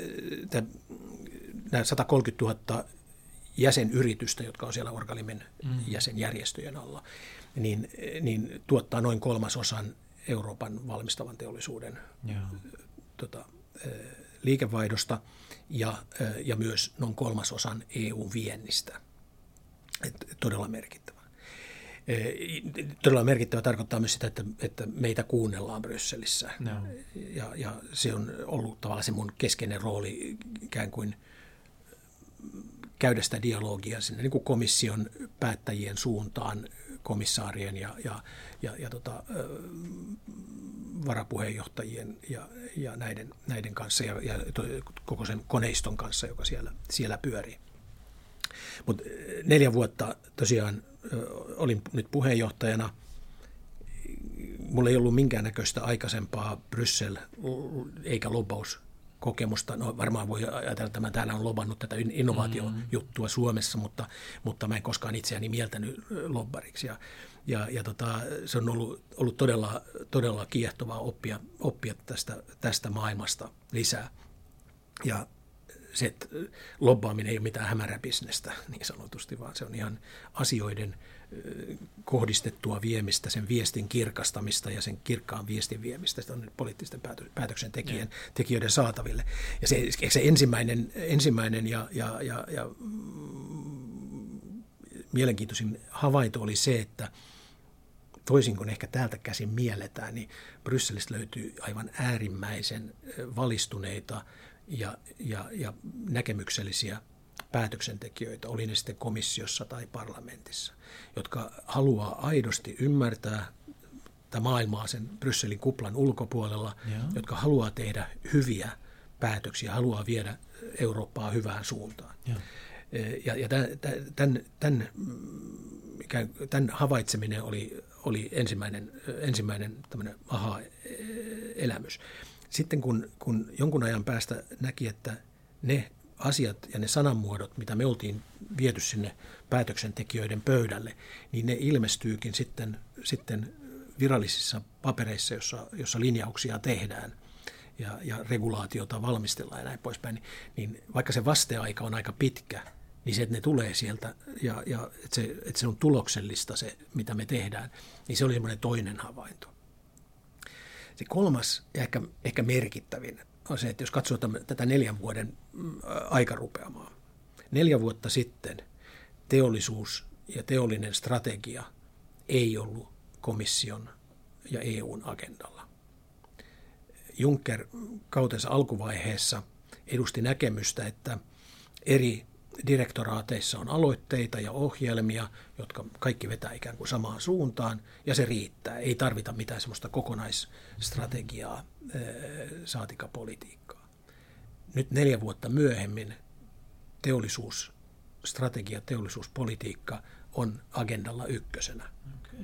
nämä 130 000 jäsenyritystä, jotka on siellä Orgalimin jäsenjärjestöjen alla, niin tuottaa noin 1/3 Euroopan valmistavan teollisuuden liikevaihdosta ja myös noin 1/3 EU-viennistä. Todella merkittävä. Todella merkittävä tarkoittaa myös sitä, että meitä kuunnellaan Brysselissä. No. Ja se on ollut tavallaan se mun keskeinen rooli ikään kuin käydä sitä dialogia sinne niin kuin komission päättäjien suuntaan, komissaarien ja varapuheenjohtajien ja näiden kanssa ja koko sen koneiston kanssa, joka siellä pyörii. Mutta 4 vuotta tosiaan olin nyt puheenjohtajana. Mulla ei ollut minkäännäköistä aikaisempaa Bryssel- eikä lobbaus kokemusta. No varmaan voi ajatella, että mä täällä on lobannut tätä innovaatiojuttua Suomessa, mutta mä en koskaan itseäni mieltänyt lobbariksi. Ja se on ollut todella kiehtovaa oppia tästä maailmasta lisää. Ja se, että lobbaaminen ei ole mitään hämäräbisnestä niin sanotusti, vaan se on ihan asioiden kohdistettua viemistä, sen viestin kirkastamista ja sen kirkkaan viestin viemistä. Se on poliittisten päätöksentekijöiden saataville. Ja se ensimmäinen ja mielenkiintoisin havainto oli se, että toisin kuin ehkä täältä käsin mielletään, niin Brysselistä löytyy aivan äärimmäisen valistuneita ja näkemyksellisiä päätöksentekijöitä, oli ne sitten komissiossa tai parlamentissa, jotka haluaa aidosti ymmärtää tätä maailmaa sen Brysselin kuplan ulkopuolella, jotka haluaa tehdä hyviä päätöksiä, haluaa viedä Eurooppaa hyvään suuntaan. Ja tämän havaitseminen oli ensimmäinen tämmöinen aha-elämys. Sitten kun jonkun ajan päästä näki, että ne asiat ja ne sananmuodot, mitä me oltiin viety sinne päätöksentekijöiden pöydälle, niin ne ilmestyykin sitten virallisissa papereissa, jossa linjauksia tehdään ja regulaatiota valmistellaan ja näin poispäin, niin vaikka se vasteaika on aika pitkä, niin se, että ne tulee sieltä ja että se on tuloksellista se, mitä me tehdään, niin se oli semmoinen toinen havainto. Se kolmas ja ehkä merkittävin on se, että jos katsoo tätä 4 vuoden aikarupeamaa. 4 vuotta sitten teollisuus ja teollinen strategia ei ollut komission ja EUn agendalla. Juncker kautensa alkuvaiheessa edusti näkemystä, että eri direktoraateissa on aloitteita ja ohjelmia, jotka kaikki vetää ikään kuin samaan suuntaan, ja se riittää. Ei tarvita mitään semmoista kokonaisstrategiaa, saatikapolitiikkaa. Nyt 4 vuotta myöhemmin teollisuusstrategia, teollisuuspolitiikka on agendalla ykkösenä. Okay.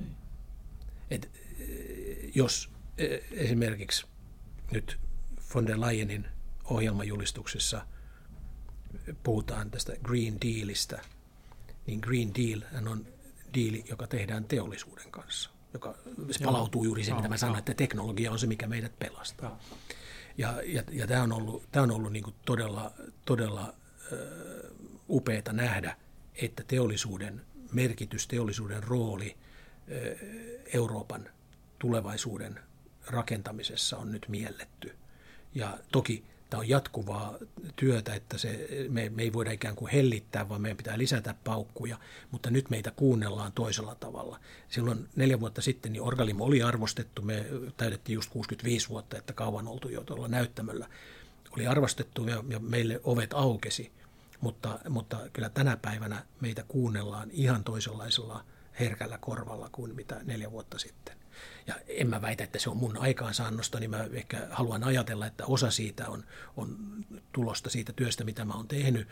Jos esimerkiksi nyt von der Leyenin ohjelmajulistuksessa puhutaan tästä Green Dealista, niin Green Deal on diili, joka tehdään teollisuuden kanssa. Se palautuu juuri se, mitä mä sanoin, että teknologia on se, mikä meidät pelastaa. Ja tämä on ollut niin kuin todella upeata nähdä, että teollisuuden merkitys, teollisuuden rooli Euroopan tulevaisuuden rakentamisessa on nyt mielletty. Ja toki tämä on jatkuvaa työtä, että me ei voida ikään kuin hellittää, vaan meidän pitää lisätä paukkuja, mutta nyt meitä kuunnellaan toisella tavalla. Silloin 4 vuotta sitten niin Orgalim oli arvostettu, me täytettiin just 65 vuotta, että kauan oltu jo tuolla näyttämöllä. Oli arvostettu ja meille ovet aukesi, mutta kyllä tänä päivänä meitä kuunnellaan ihan toisenlaisella herkällä korvalla kuin mitä 4 vuotta sitten. Ja en mä väitä, että se on mun aikaansaannosta, niin mä ehkä haluan ajatella, että osa siitä on tulosta siitä työstä, mitä mä oon tehnyt,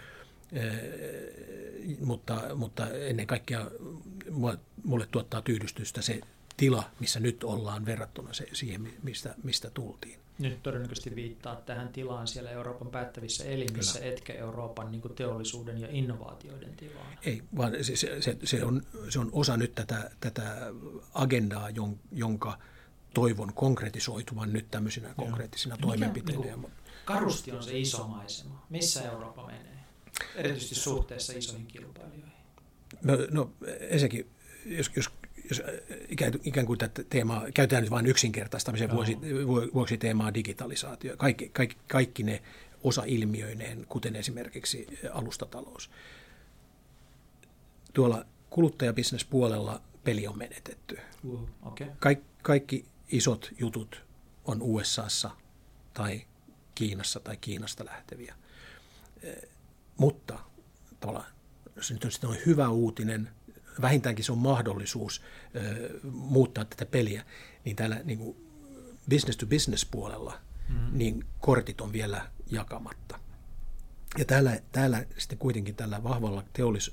mutta ennen kaikkea mulle tuottaa tyydystystä se tila, missä nyt ollaan verrattuna siihen, mistä tultiin. Nyt todennäköisesti viittaa tähän tilaan siellä Euroopan päättävissä elimissä, kyllä, etkä Euroopan niin kuin teollisuuden ja innovaatioiden tilaan. Ei, vaan se on osa nyt tätä agendaa, jonka toivon konkretisoituvan nyt tämmöisinä konkreettisina toimenpiteinä. Karusti on se iso maisema. Missä Eurooppa menee? Erityisesti suhteessa isoihin kilpailijoihin. No ensinnäkin, jos ikään kuin tätä teemaa, käytetään nyt vain yksinkertaistamisen vuoksi teemaa digitalisaatio. Kaikki ne osailmiöineen, kuten esimerkiksi alustatalous. Tuolla kuluttajabisnespuolella peli on menetetty. Okay. Kaikki isot jutut on USAssa tai Kiinassa tai Kiinasta lähteviä. Mutta tavallaan, jos nyt on hyvä uutinen, vähintäänkin se on mahdollisuus muuttaa tätä peliä, niin täällä niin kuin business-to-business-puolella niin kortit on vielä jakamatta. Ja täällä sitten kuitenkin tällä vahvalla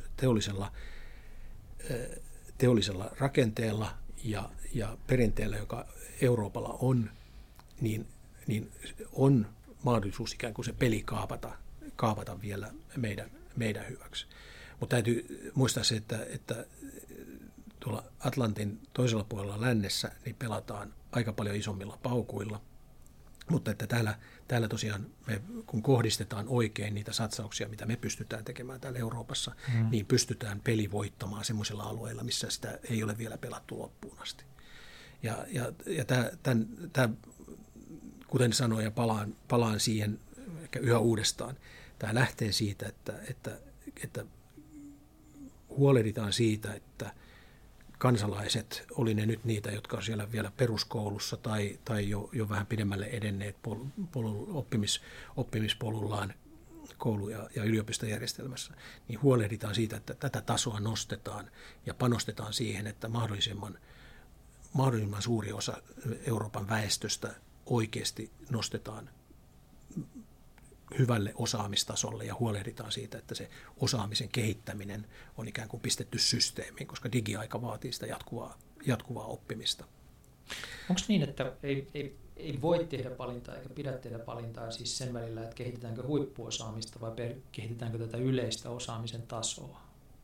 teollisella rakenteella ja perinteellä, joka Euroopalla on, niin on mahdollisuus ikään kuin se peli kaapata vielä meidän hyväksi. Mutta täytyy muistaa se, että tuolla Atlantin toisella puolella lännessä niin pelataan aika paljon isommilla paukuilla, mutta että täällä tosiaan kun kohdistetaan oikein niitä satsauksia, mitä me pystytään tekemään täällä Euroopassa, niin pystytään peli voittamaan semmoisilla alueilla, missä sitä ei ole vielä pelattu loppuun asti. Ja tämä, kuten sanoin ja palaan siihen ehkä yhä uudestaan, tämä lähtee siitä, että huolehditaan siitä, että kansalaiset, oli ne nyt niitä, jotka on siellä vielä peruskoulussa tai jo vähän pidemmälle edenneet oppimispolullaan koulu- ja yliopistojärjestelmässä, niin huolehditaan siitä, että tätä tasoa nostetaan ja panostetaan siihen, että mahdollisimman suuri osa Euroopan väestöstä oikeasti nostetaan hyvälle osaamistasolle ja huolehditaan siitä, että se osaamisen kehittäminen on ikään kuin pistetty systeemiin, koska digiaika vaatii sitä jatkuvaa oppimista. Onko niin, että ei voi tehdä valintaa eikä pidä tehdä valintaa siis sen välillä, että kehitetäänkö huippuosaamista vai kehitetäänkö tätä yleistä osaamisen tasoa?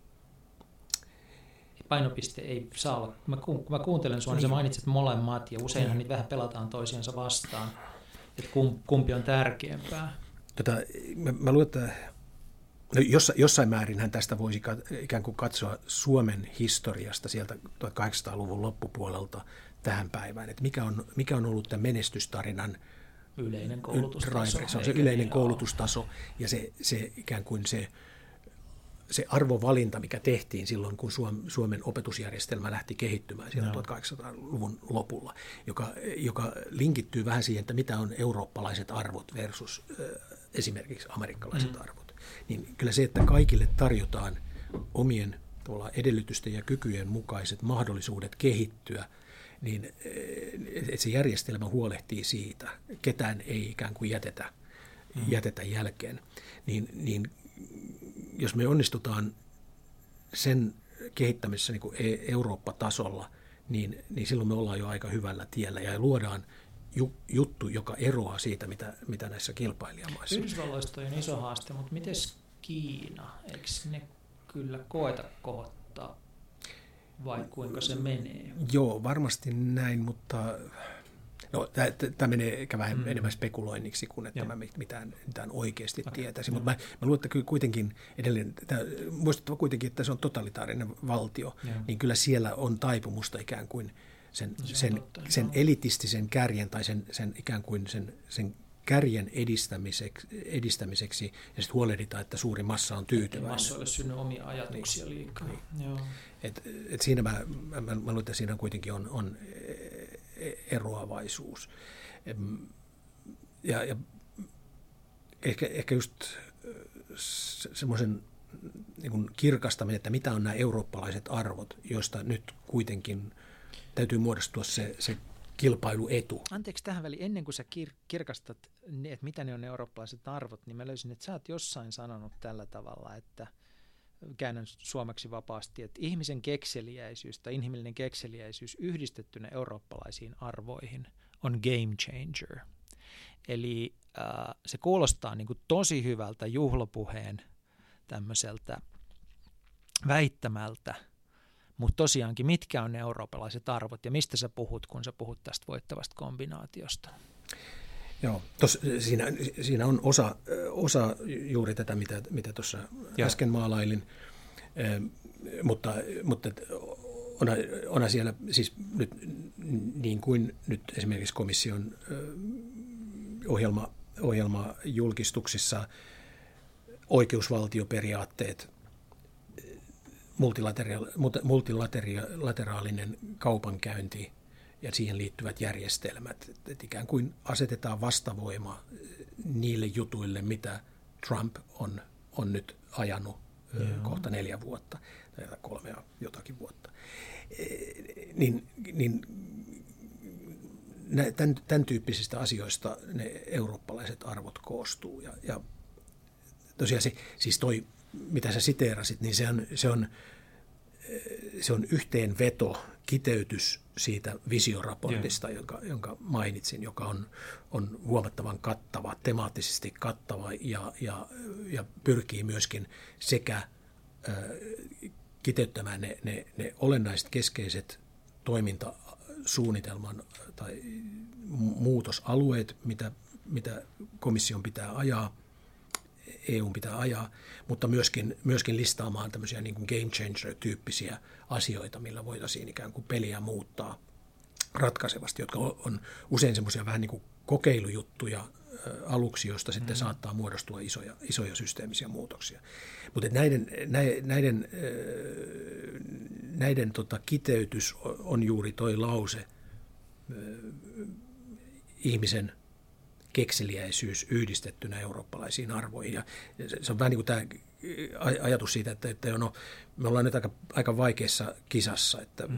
Painopiste ei saa olla. Kun mä kuuntelen sinua, niin sä mainitset molemmat ja useinhan niitä vähän pelataan toisiansa vastaan, että kumpi on tärkeämpää. Mä luulen, että jossain määrinhän tästä voisi ikään kuin katsoa Suomen historiasta sieltä 1800-luvun loppupuolelta tähän päivään, että mikä on ollut tämän menestystarinan yleinen koulutustaso. Se on se yleinen koulutustaso ja se ikään kuin se arvovalinta, mikä tehtiin silloin, kun Suomen opetusjärjestelmä lähti kehittymään siellä 1800-luvun lopulla, joka linkittyy vähän siihen, että mitä on eurooppalaiset arvot versus esimerkiksi amerikkalaiset arvot. Niin kyllä se, että kaikille tarjotaan omien edellytysten ja kykyjen mukaiset mahdollisuudet kehittyä, niin että se järjestelmä huolehtii siitä, ketään ei ikään kuin jätetä jälkeen, niin jos me onnistutaan sen kehittämisessä niin kuin Eurooppa-tasolla, niin silloin me ollaan jo aika hyvällä tiellä ja luodaan juttu, joka eroaa siitä, mitä näissä kilpailijamaissa. Yhdysvalloista on iso haaste, mutta miten Kiina? Eikö ne kyllä koeta kohottaa vai kuinka se menee? Joo, varmasti näin, mutta tämä menee ehkä vähän enemmän spekuloinniksi kuin että mä mitään oikeasti tietäisin. Mutta mä luulen, että kyllä kuitenkin edelleen, muistuttava kuitenkin, että se on totalitaarinen valtio, niin kyllä siellä on taipumusta ikään kuin sen elitistisen kärjen tai sen ikään kuin sen kärjen edistämiseksi ja sitten huolehditaan, että suuri massa on tyytyväinen. Massoille synny omia ajatuksia liikaa. Joo. Et siinä mä luulen, että siinä kuitenkin on eroavaisuus. Ja ehkä just semmoisen niin kuin kirkastaminen, että mitä on nämä eurooppalaiset arvot, joista nyt kuitenkin täytyy muodostua se kilpailuetu. Anteeksi tähän väliin, ennen kuin sä kirkastat, että mitä ne on ne eurooppalaiset arvot, niin mä löysin, että sä oot jossain sanonut tällä tavalla, että käännän suomeksi vapaasti, että ihmisen kekseliäisyys tai inhimillinen kekseliäisyys yhdistettynä eurooppalaisiin arvoihin on game changer. Eli se kuulostaa niin kuin tosi hyvältä juhlapuheen tämmöiseltä väittämältä, mutta tosiaankin mitkä on ne eurooppalaiset arvot ja mistä sä puhut, kun sä puhut tästä voittavasta kombinaatiosta? Joo, siinä on osa juuri tätä, mitä tuossa äsken maalailin, mutta onhan siellä siis nyt, niin kuin nyt esimerkiksi komission ohjelmajulkistuksissa oikeusvaltioperiaatteet, multilateraalinen kaupankäynti ja siihen liittyvät järjestelmät, että ikään kuin asetetaan vastavoima niille jutuille, mitä Trump on nyt ajanut kohta 4 vuotta tai 3 jotakin vuotta. Tämän tyyppisistä asioista ne eurooppalaiset arvot koostuu. Ja tosiaan siis toi, mitä sä siteerasit, niin se on yhteenveto, kiteytys siitä visioraportista, jonka mainitsin, joka on huomattavan kattava, temaattisesti kattava ja pyrkii myöskin sekä kiteyttämään ne olennaiset keskeiset toimintasuunnitelman tai muutosalueet, mitä komission pitää ajaa, EUn pitää ajaa, mutta myöskin listaamaan tämmöisiä niin kuin game changer-tyyppisiä asioita, millä voitaisiin ikään kuin peliä muuttaa ratkaisevasti, jotka on usein semmoisia vähän niin kuin kokeilujuttuja aluksi, joista sitten saattaa muodostua isoja systeemisiä muutoksia. Mutta näiden kiteytys on juuri toi lause, ihmisen kekseliäisyys yhdistettynä eurooppalaisiin arvoihin. Ja se on vähän niin kuin tämä ajatus siitä, että me ollaan nyt aika vaikeassa kisassa, että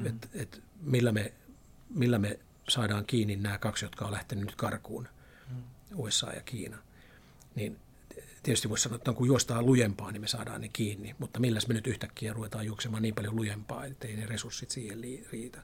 millä me saadaan kiinni nämä kaksi, jotka on lähtenyt nyt karkuun, USA ja Kiina. Niin tietysti voisi sanoa, että kun juostaan lujempaa, niin me saadaan ne kiinni, mutta milläs me nyt yhtäkkiä ruvetaan juoksemaan niin paljon lujempaa, ettei ne resurssit siihen riitä.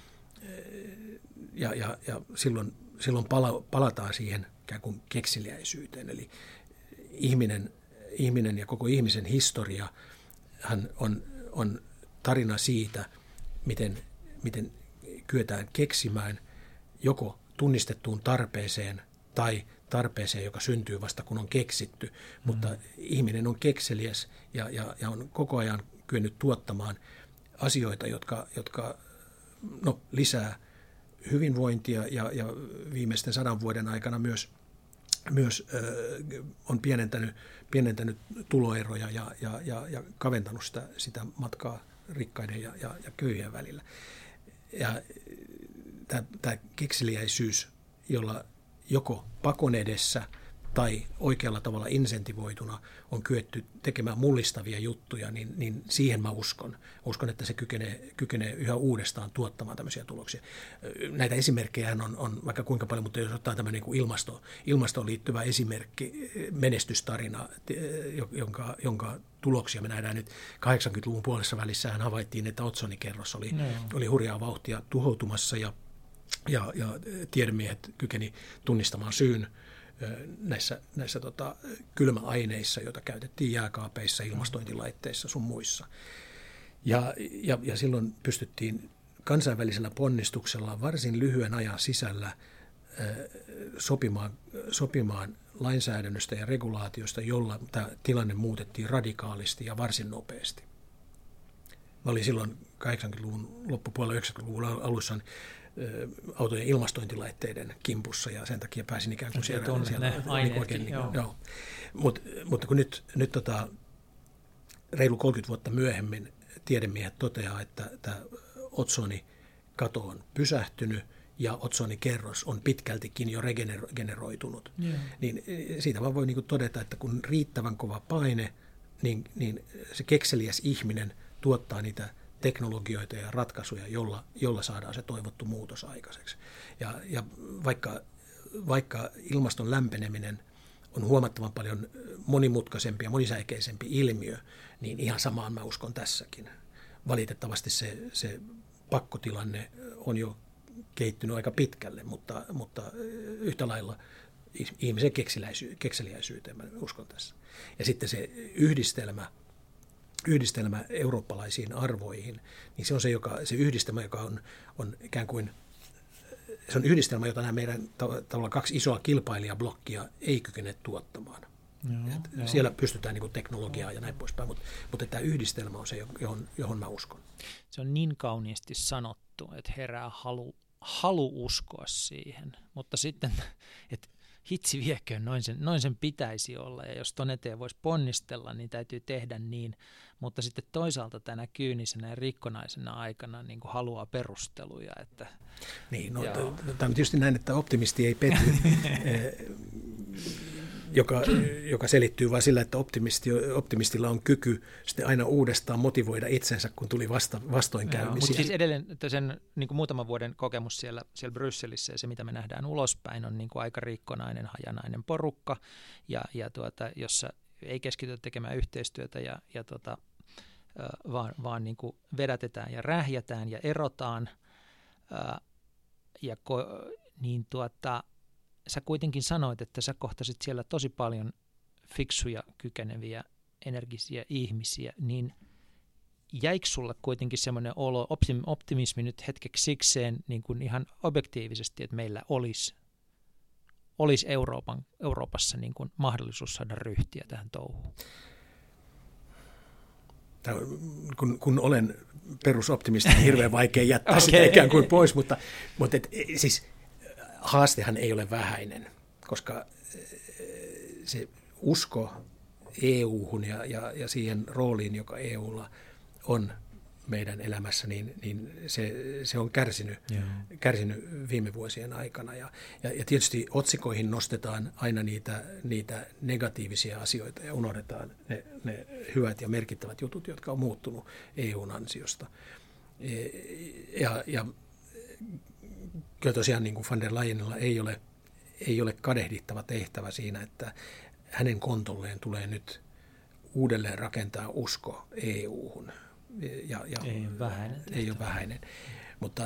Ja silloin palataan siihen ikään kuin kekseliäisyyteen. Eli ihminen ja koko ihmisen historia hän on tarina siitä, miten kyetään keksimään joko tunnistettuun tarpeeseen tai tarpeeseen, joka syntyy vasta kun on keksitty. Mutta ihminen on kekseliäs ja on koko ajan kyennyt tuottamaan asioita, jotka lisää hyvinvointia ja viimeisten 100 vuoden aikana myös on pienentänyt tuloeroja ja kaventanut sitä matkaa rikkaiden ja köyhien välillä. Ja tämä kekseliäisyys, jolla joko pakon edessä tai oikealla tavalla insentivoituna on kyetty tekemään mullistavia juttuja, niin siihen mä uskon. Uskon, että se kykenee yhä uudestaan tuottamaan tämmöisiä tuloksia. Näitä esimerkkejä on vaikka kuinka paljon, mutta jos ottaa tämmöinen niin ilmastoon liittyvä esimerkki, menestystarina, jonka tuloksia me nähdään nyt 80-luvun puolessa välissähän havaittiin, että otsonikerros oli hurjaa vauhtia tuhoutumassa ja tiedemiehet kykeni tunnistamaan syyn näissä kylmäaineissa, joita käytettiin jääkaapeissa, ilmastointilaitteissa sun muissa. Ja silloin pystyttiin kansainvälisellä ponnistuksella varsin lyhyen ajan sisällä sopimaan lainsäädännöstä ja regulaatiosta, jolla tämä tilanne muutettiin radikaalisti ja varsin nopeasti. Mä olin silloin 80-luvun loppupuolella 90-luvun alussa autojen ilmastointilaitteiden kimpussa ja sen takia pääsin ikään kuin siellä oikein. Mutta kun nyt reilu 30 vuotta myöhemmin tiedemiehet toteaa, että tämä otsonikato on pysähtynyt ja otsonikerros on pitkältikin jo regeneroitunut, niin siitä vaan voi niin kuin todeta, että kun riittävän kova paine, niin se kekseliäs ihminen tuottaa niitä teknologioita ja ratkaisuja, jolla saadaan se toivottu muutos aikaiseksi. Ja vaikka ilmaston lämpeneminen on huomattavan paljon monimutkaisempi ja monisäikeisempi ilmiö, niin ihan samaan mä uskon tässäkin. Valitettavasti se pakkotilanne on jo kehittynyt aika pitkälle, mutta yhtä lailla ihmisen kekseliäisyyteen mä uskon tässä. Ja sitten se yhdistelmä eurooppalaisiin arvoihin, niin se on se yhdistelmä, joka on ikään kuin, se on yhdistelmä, jota nämä meidän tavallaan kaksi isoa kilpailijablokkia ei kykene tuottamaan. Siellä pystytään niin kuin teknologiaa ja näin poispäin, mutta tämä yhdistelmä on se, johon mä uskon. Se on niin kauniisti sanottu, että herää halu uskoa siihen, mutta sitten, että hitsi vieköön, noin sen pitäisi olla, ja jos ton eteen voisi ponnistella, niin täytyy tehdä niin, mutta sitten toisaalta tänä kyynisenä ja rikkonaisena aikana niin kuin haluaa perusteluja. Että, niin, tämä on tietysti näin, että optimisti ei petty, joka selittyy vain sillä, että optimistilla on kyky sitten aina uudestaan motivoida itsensä, kun tuli vastoinkäymisiä. Mutta siis edelleen sen niin kuin muutaman vuoden kokemus siellä Brysselissä ja se, mitä me nähdään ulospäin, on niin kuin aika rikkonainen, hajanainen porukka, jossa ei keskitytä tekemään yhteistyötä ja vaan niin kuin vedätetään ja rähjätään ja erotaan. Niin sä kuitenkin sanoit, että sä kohtasit siellä tosi paljon fiksuja, kykeneviä, energisiä ihmisiä, niin jäikö sulle kuitenkin semmoinen olo, optimismi nyt hetkeksi sikseen niin kuin ihan objektiivisesti, että meillä olisi Euroopassa niin kuin mahdollisuus saada ryhtiä tähän touhuun? Kun olen perusoptimisti, niin hirveän vaikea jättää sitä ikään kuin pois, mutta siis haastehan ei ole vähäinen, koska se usko EU-hun ja siihen rooliin, joka EUlla on meidän elämässä, niin se on kärsinyt viime vuosien aikana. Ja tietysti otsikoihin nostetaan aina niitä negatiivisia asioita ja unohdetaan ne hyvät ja merkittävät jutut, jotka on muuttunut EUn ansiosta. Ja kyllä tosiaan niin kuin van der Leyenilla ei ole kadehdittava tehtävä siinä, että hänen kontolleen tulee nyt uudelleen rakentaa usko EU-hun. Ei ole vähäinen. Mutta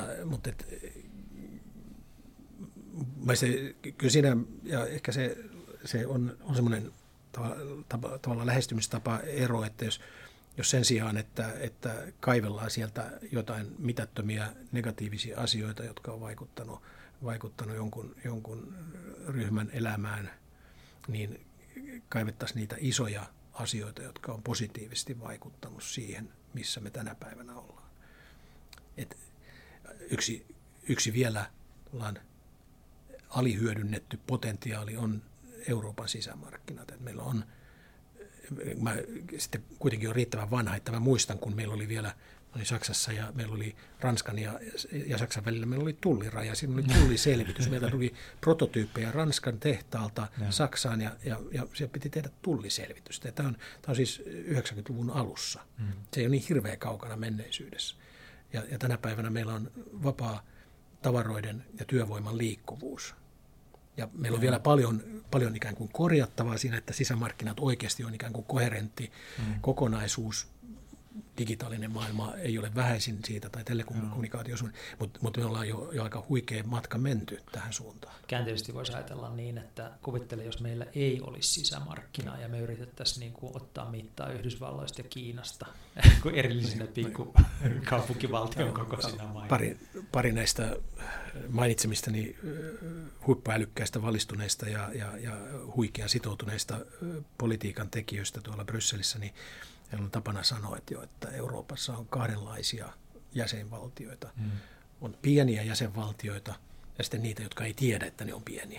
kyllä siinä, ja ehkä se on semmoinen tavallaan lähestymistapa ero, että jos sen sijaan, että kaivellaan sieltä jotain mitättömiä negatiivisia asioita, jotka on vaikuttanut jonkun ryhmän elämään, niin kaivettaisiin niitä isoja asioita, jotka on positiivisesti vaikuttanut siihen, missä me tänä päivänä ollaan. Yksi vielä alihyödynnetty potentiaali on Euroopan sisämarkkinat. Et meillä on, mä sitten kuitenkin on riittävän vanha, että mä muistan, kun meillä oli vielä Saksassa ja meillä oli Ranskan ja Saksan välillä, meillä oli tulliraja, siinä oli tulliselvitys. Meiltä tuli prototyyppejä Ranskan tehtaalta Saksaan ja siellä piti tehdä tulliselvitystä. Tämä on siis 90-luvun alussa. Se ei ole niin hirveän kaukana menneisyydessä. Ja tänä päivänä meillä on vapaa tavaroiden ja työvoiman liikkuvuus. Ja meillä on vielä paljon ikään kuin korjattavaa siinä, että sisämarkkinat oikeasti on ikään kuin koherentti kokonaisuus. Digitaalinen maailma ei ole vähäisin siitä tai telekommunikaatiosuun, mutta me ollaan jo aika huikea matka menty tähän suuntaan. Käänteisesti voisi ajatella niin, että kuvittele, jos meillä ei olisi sisämarkkinaa ja me yritettäisiin niin kuin ottaa mittaa Yhdysvalloista ja Kiinasta kuin erillisinä pikkukaupunkivaltion kokoisina maina. Pari näistä mainitsemistani huippuälykkäistä, valistuneista ja huikean sitoutuneista politiikan tekijöistä tuolla Brysselissä, niin heillä on tapana sanoa, että Euroopassa on kahdenlaisia jäsenvaltioita. On pieniä jäsenvaltioita ja sitten niitä, jotka ei tiedä, että ne on pieniä.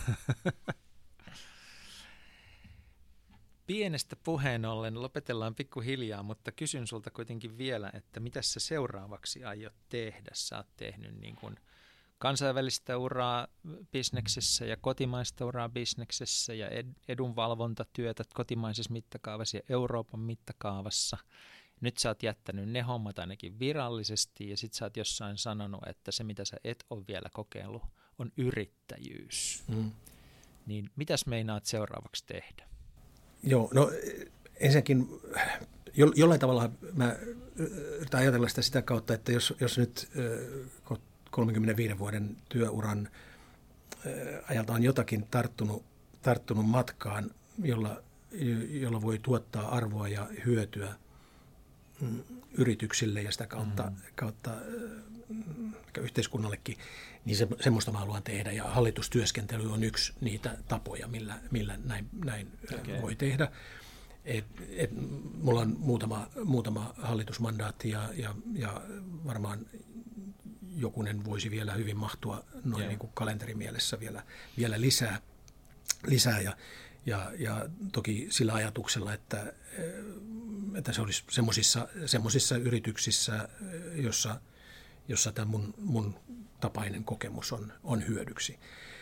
Pienestä puheen ollen lopetellaan pikkuhiljaa, mutta kysyn sulta kuitenkin vielä, että mitä sä seuraavaksi aiot tehdä? Sä oot tehnyt niin kuin kansainvälistä uraa bisneksessä ja kotimaista uraa bisneksessä ja edunvalvontatyötä kotimaisessa mittakaavassa ja Euroopan mittakaavassa. Nyt sä oot jättänyt ne hommat ainakin virallisesti ja sit sä oot jossain sanonut, että se mitä sä et ole vielä kokeillut on yrittäjyys. Niin mitäs meinaat seuraavaksi tehdä? Joo, no ensinnäkin jollain tavalla mä yritän ajatella sitä kautta, että jos nyt 35 vuoden työuran ajalta on jotakin tarttunut matkaan, jolla voi tuottaa arvoa ja hyötyä yrityksille ja sitä kautta yhteiskunnallekin, niin semmoista mä haluan tehdä. Ja hallitustyöskentely on yksi niitä tapoja, millä näin voi tehdä. Mulla on muutama hallitusmandaatti ja varmaan jokunen voisi vielä hyvin mahtua noin niin kuin kalenterimielessä vielä lisää ja toki sillä ajatuksella, että se olisi semmoisissa yrityksissä, jossa tämä mun tapainen kokemus on hyödyksi.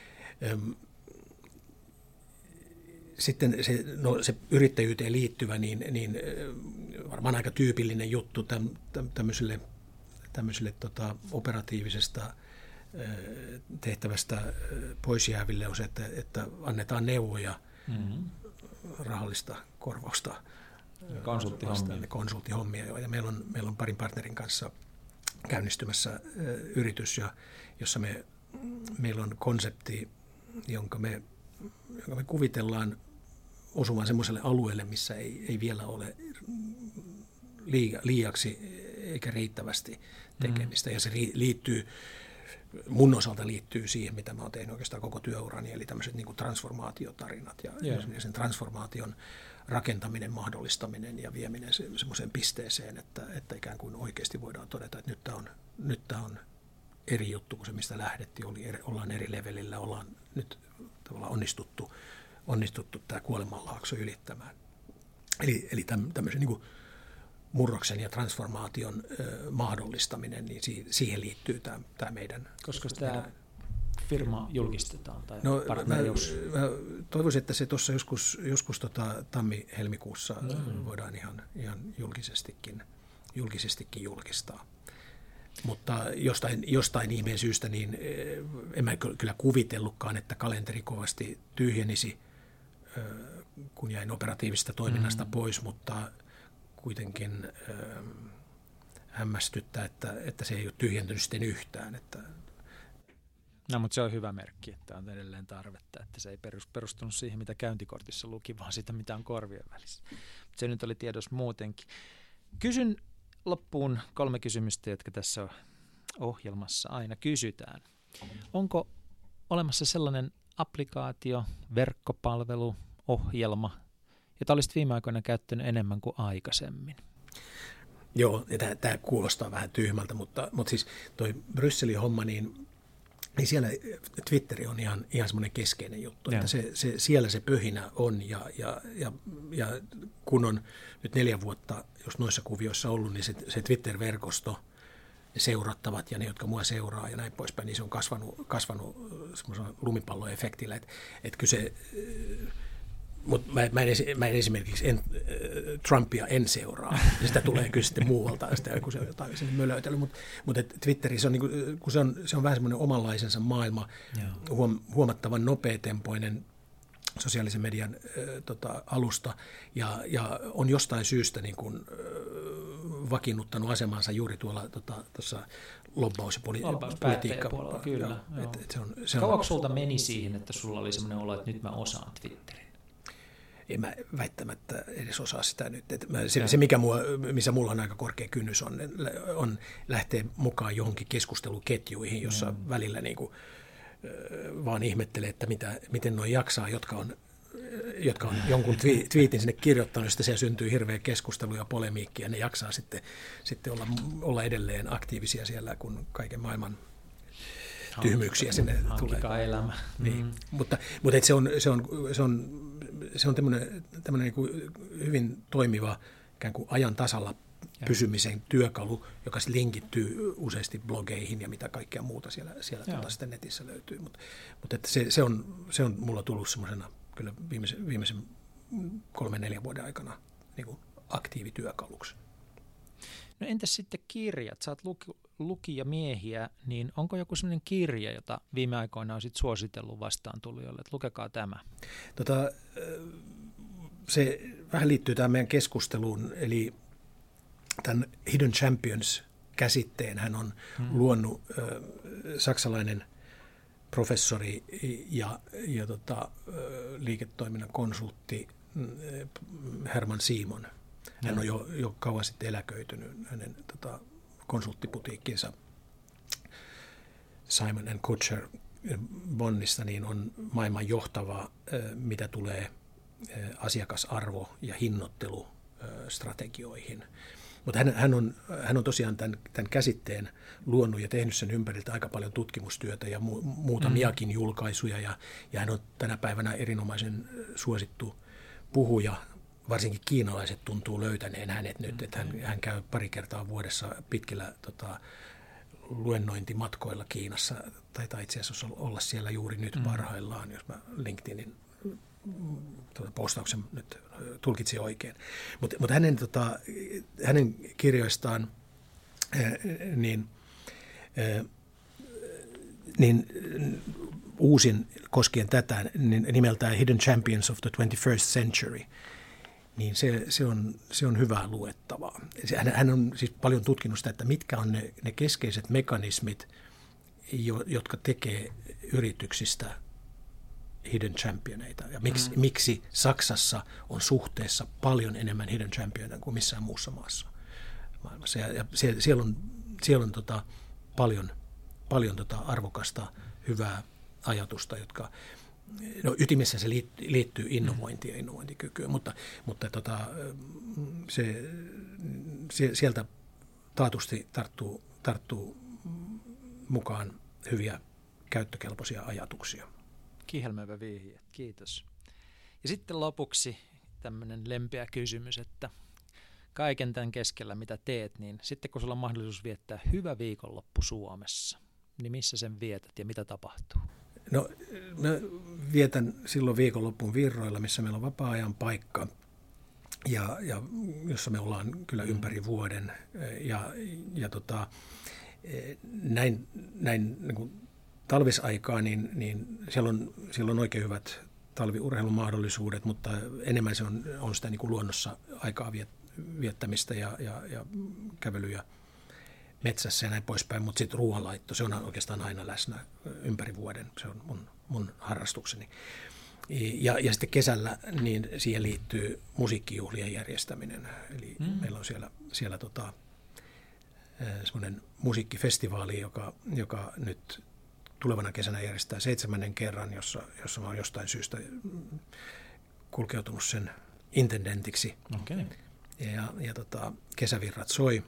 Sitten se yrittäjyyteen liittyvä, niin varmaan aika tyypillinen juttu tämmöiselle operatiivisesta tehtävästä pois jääville on se, että annetaan neuvoja rahallista korvausta konsulttihommia. Ja meillä on parin partnerin kanssa käynnistymässä yritys, jossa meillä on konsepti, jonka me kuvitellaan osumaan semmoiselle alueelle, missä ei vielä ole liiaksi eikä riittävästi tekemistä. Ja se mun osalta liittyy siihen, mitä mä oon tehnyt oikeastaan koko työurani, eli tämmöiset niin kuin transformaatiotarinat ja sen transformaation rakentaminen, mahdollistaminen ja vieminen semmoiseen pisteeseen, että ikään kuin oikeasti voidaan todeta, että nyt tämä on eri juttu kuin se, mistä lähdettiin, ollaan eri levelillä, ollaan nyt tavallaan onnistuttu tämä kuolemanlaakso ylittämään. Eli tämmöisen niin kuin murroksen ja transformaation mahdollistaminen, niin siihen liittyy tämä meidän... Koska tämä firma julkistetaan tai partnerius? Mä toivoisin, että se tuossa joskus tammi-helmikuussa voidaan ihan julkisestikin julkistaa. Mutta jostain ihmeen syystä niin en mä kyllä kuvitellutkaan, että kalenteri kovasti tyhjenisi, kun jäin operatiivisesta toiminnasta pois, mutta kuitenkin hämmästyttää, että se ei ole tyhjentynyt sitten yhtään. No, mutta se on hyvä merkki, että on edelleen tarvetta, että se ei perustunut siihen, mitä käyntikortissa luki, vaan sitä, mitä on korvien välissä. Se nyt oli tiedossa muutenkin. Kysyn loppuun 3 kysymystä, jotka tässä ohjelmassa aina kysytään. Onko olemassa sellainen applikaatio, verkkopalvelu, ohjelma, jota olisit viime aikoina käyttänyt enemmän kuin aikaisemmin? Joo, ja tämä kuulostaa vähän tyhmältä, mutta siis toi Brysselin homma, niin siellä Twitteri on ihan semmoinen keskeinen juttu, että siellä se pöhinä on ja kun on nyt 4 vuotta just noissa kuvioissa ollut, niin se Twitter-verkosto, ne seurattavat ja ne, jotka mua seuraa ja näin poispäin, niin se on kasvanut semmoisella lumipalloefektillä, että kyllä se... Mutta mä en esimerkiksi Trumpia en seuraa, ja sitä tulee kyllä sitten muualta, kun se on jotain sinne mölöitellyt. Mutta Twitterissä on, kun se on vähän semmoinen omanlaisensa maailma, huomattavan nopeatempoinen sosiaalisen median alusta, ja on jostain syystä niin kuin, vakiinnuttanut asemansa juuri tuossa lobbaus- ja politiikka-puolella. Kyllä. Kauanko sulta meni siihen, että sulla oli semmoinen olo, että nyt mä osaan Twitterin? En mä väittämättä edes osaa sitä nyt. Se missä mulla on aika korkea kynnys, on lähteä mukaan johonkin keskusteluketjuihin, jossa välillä niin kuin, vaan ihmettelee, että miten nuo jaksaa, jotka on jonkun twiitin sinne kirjoittanut, josta siellä syntyy hirveä keskustelu ja polemiikki, ja ne jaksaa sitten olla edelleen aktiivisia siellä, kun kaiken maailman tyhmyyksiä sinne tulee. Hankkikaa elämä. Niin. Mutta se on tämmöinen niin kuin hyvin toimiva ikään kuin ajan tasalla pysymisen työkalu, joka linkittyy useasti blogeihin ja mitä kaikkea muuta siellä sitten netissä löytyy. Mutta että se on mulla tullut semmoisena kyllä viimeisen 3-4 vuoden aikana niin kuin aktiivityökaluksi. No entäs sitten kirjat? Sä oot lukijamiehiä, niin onko joku sellainen kirja, jota viime aikoina olisit suositellut vastaantulijoille, että lukekaa tämä? Se vähän liittyy tähän meidän keskusteluun, eli tämän Hidden Champions-käsitteen hän on luonut saksalainen professori ja liiketoiminnan konsultti Herman Simon. Hän on jo kauan sitten eläköitynyt. Hänen konsulttiputiikkinsa Simon & Kucher Bonnista niin on maailman johtava, mitä tulee asiakasarvo- ja hinnoittelustrategioihin. Mutta hän on tosiaan tämän käsitteen luonut ja tehnyt sen ympäriltä aika paljon tutkimustyötä ja muutamiakin julkaisuja. Ja hän on tänä päivänä erinomaisen suosittu puhuja. Varsinkin kiinalaiset tuntuu löytäneen hänet nyt, että hän käy pari kertaa vuodessa pitkillä luennointimatkoilla Kiinassa. Taitaa itse asiassa olla siellä juuri nyt parhaillaan, jos mä LinkedInin postauksen nyt tulkitsin oikein. Mutta hänen kirjoistaan niin uusin koskien tätä niin nimeltään Hidden Champions of the 21st Century, niin se on hyvää luettavaa. Hän on siis paljon tutkinut sitä, että mitkä on ne keskeiset mekanismit, jotka tekee yrityksistä hidden championeita. Ja miksi Saksassa on suhteessa paljon enemmän hidden championeita kuin missään muussa maassa maailmassa. Ja siellä on paljon arvokasta, hyvää ajatusta, jotka ytimessä se liittyy innovointiin ja innovointikykyyn, mutta sieltä taatusti tarttuu mukaan hyviä käyttökelpoisia ajatuksia. Kihelmävä vihje, kiitos. Ja sitten lopuksi tämmöinen lempeä kysymys, että kaiken tämän keskellä mitä teet, niin sitten kun sulla on mahdollisuus viettää hyvä viikonloppu Suomessa, niin missä sen vietät ja mitä tapahtuu? No, mä vietän silloin viikonloppuun Virroilla, missä meillä on vapaa-ajan paikka, ja jossa me ollaan kyllä ympäri vuoden. Näin niin kuin talvisaikaa, niin siellä on oikein hyvät talviurheilumahdollisuudet, mutta enemmän se on sitä niin kuin luonnossa aikaa viettämistä ja kävelyä metsässä ja näin poispäin, mutta sitten ruoanlaitto, se on oikeastaan aina läsnä ympäri vuoden, se on mun harrastukseni. Ja sitten kesällä niin siihen liittyy musiikkijuhlien järjestäminen, eli meillä on siellä semmoinen musiikkifestivaali, joka nyt tulevana kesänä järjestää 7. kerran, jossa mä oon jostain syystä kulkeutunut sen intendentiksi. Okay. Ja kesävirrat soi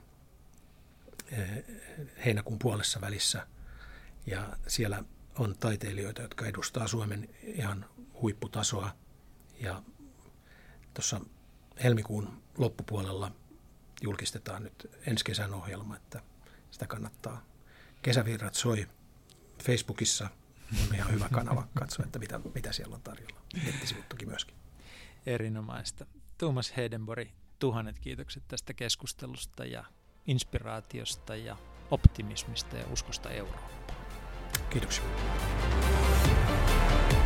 heinäkuun puolessa välissä, ja siellä on taiteilijoita, jotka edustaa Suomen ihan huipputasoa, ja tuossa helmikuun loppupuolella julkistetaan nyt ensi kesän ohjelma, että sitä kannattaa. Kesävirrat soi Facebookissa, on ihan hyvä kanava katsoa, että mitä siellä on tarjolla. Nettisivuttukin myöskin. Erinomaista. Thomas Hedenborg, 1000 kiitokset tästä keskustelusta ja inspiraatiosta ja optimismista ja uskosta Eurooppaan. Kiitoksia.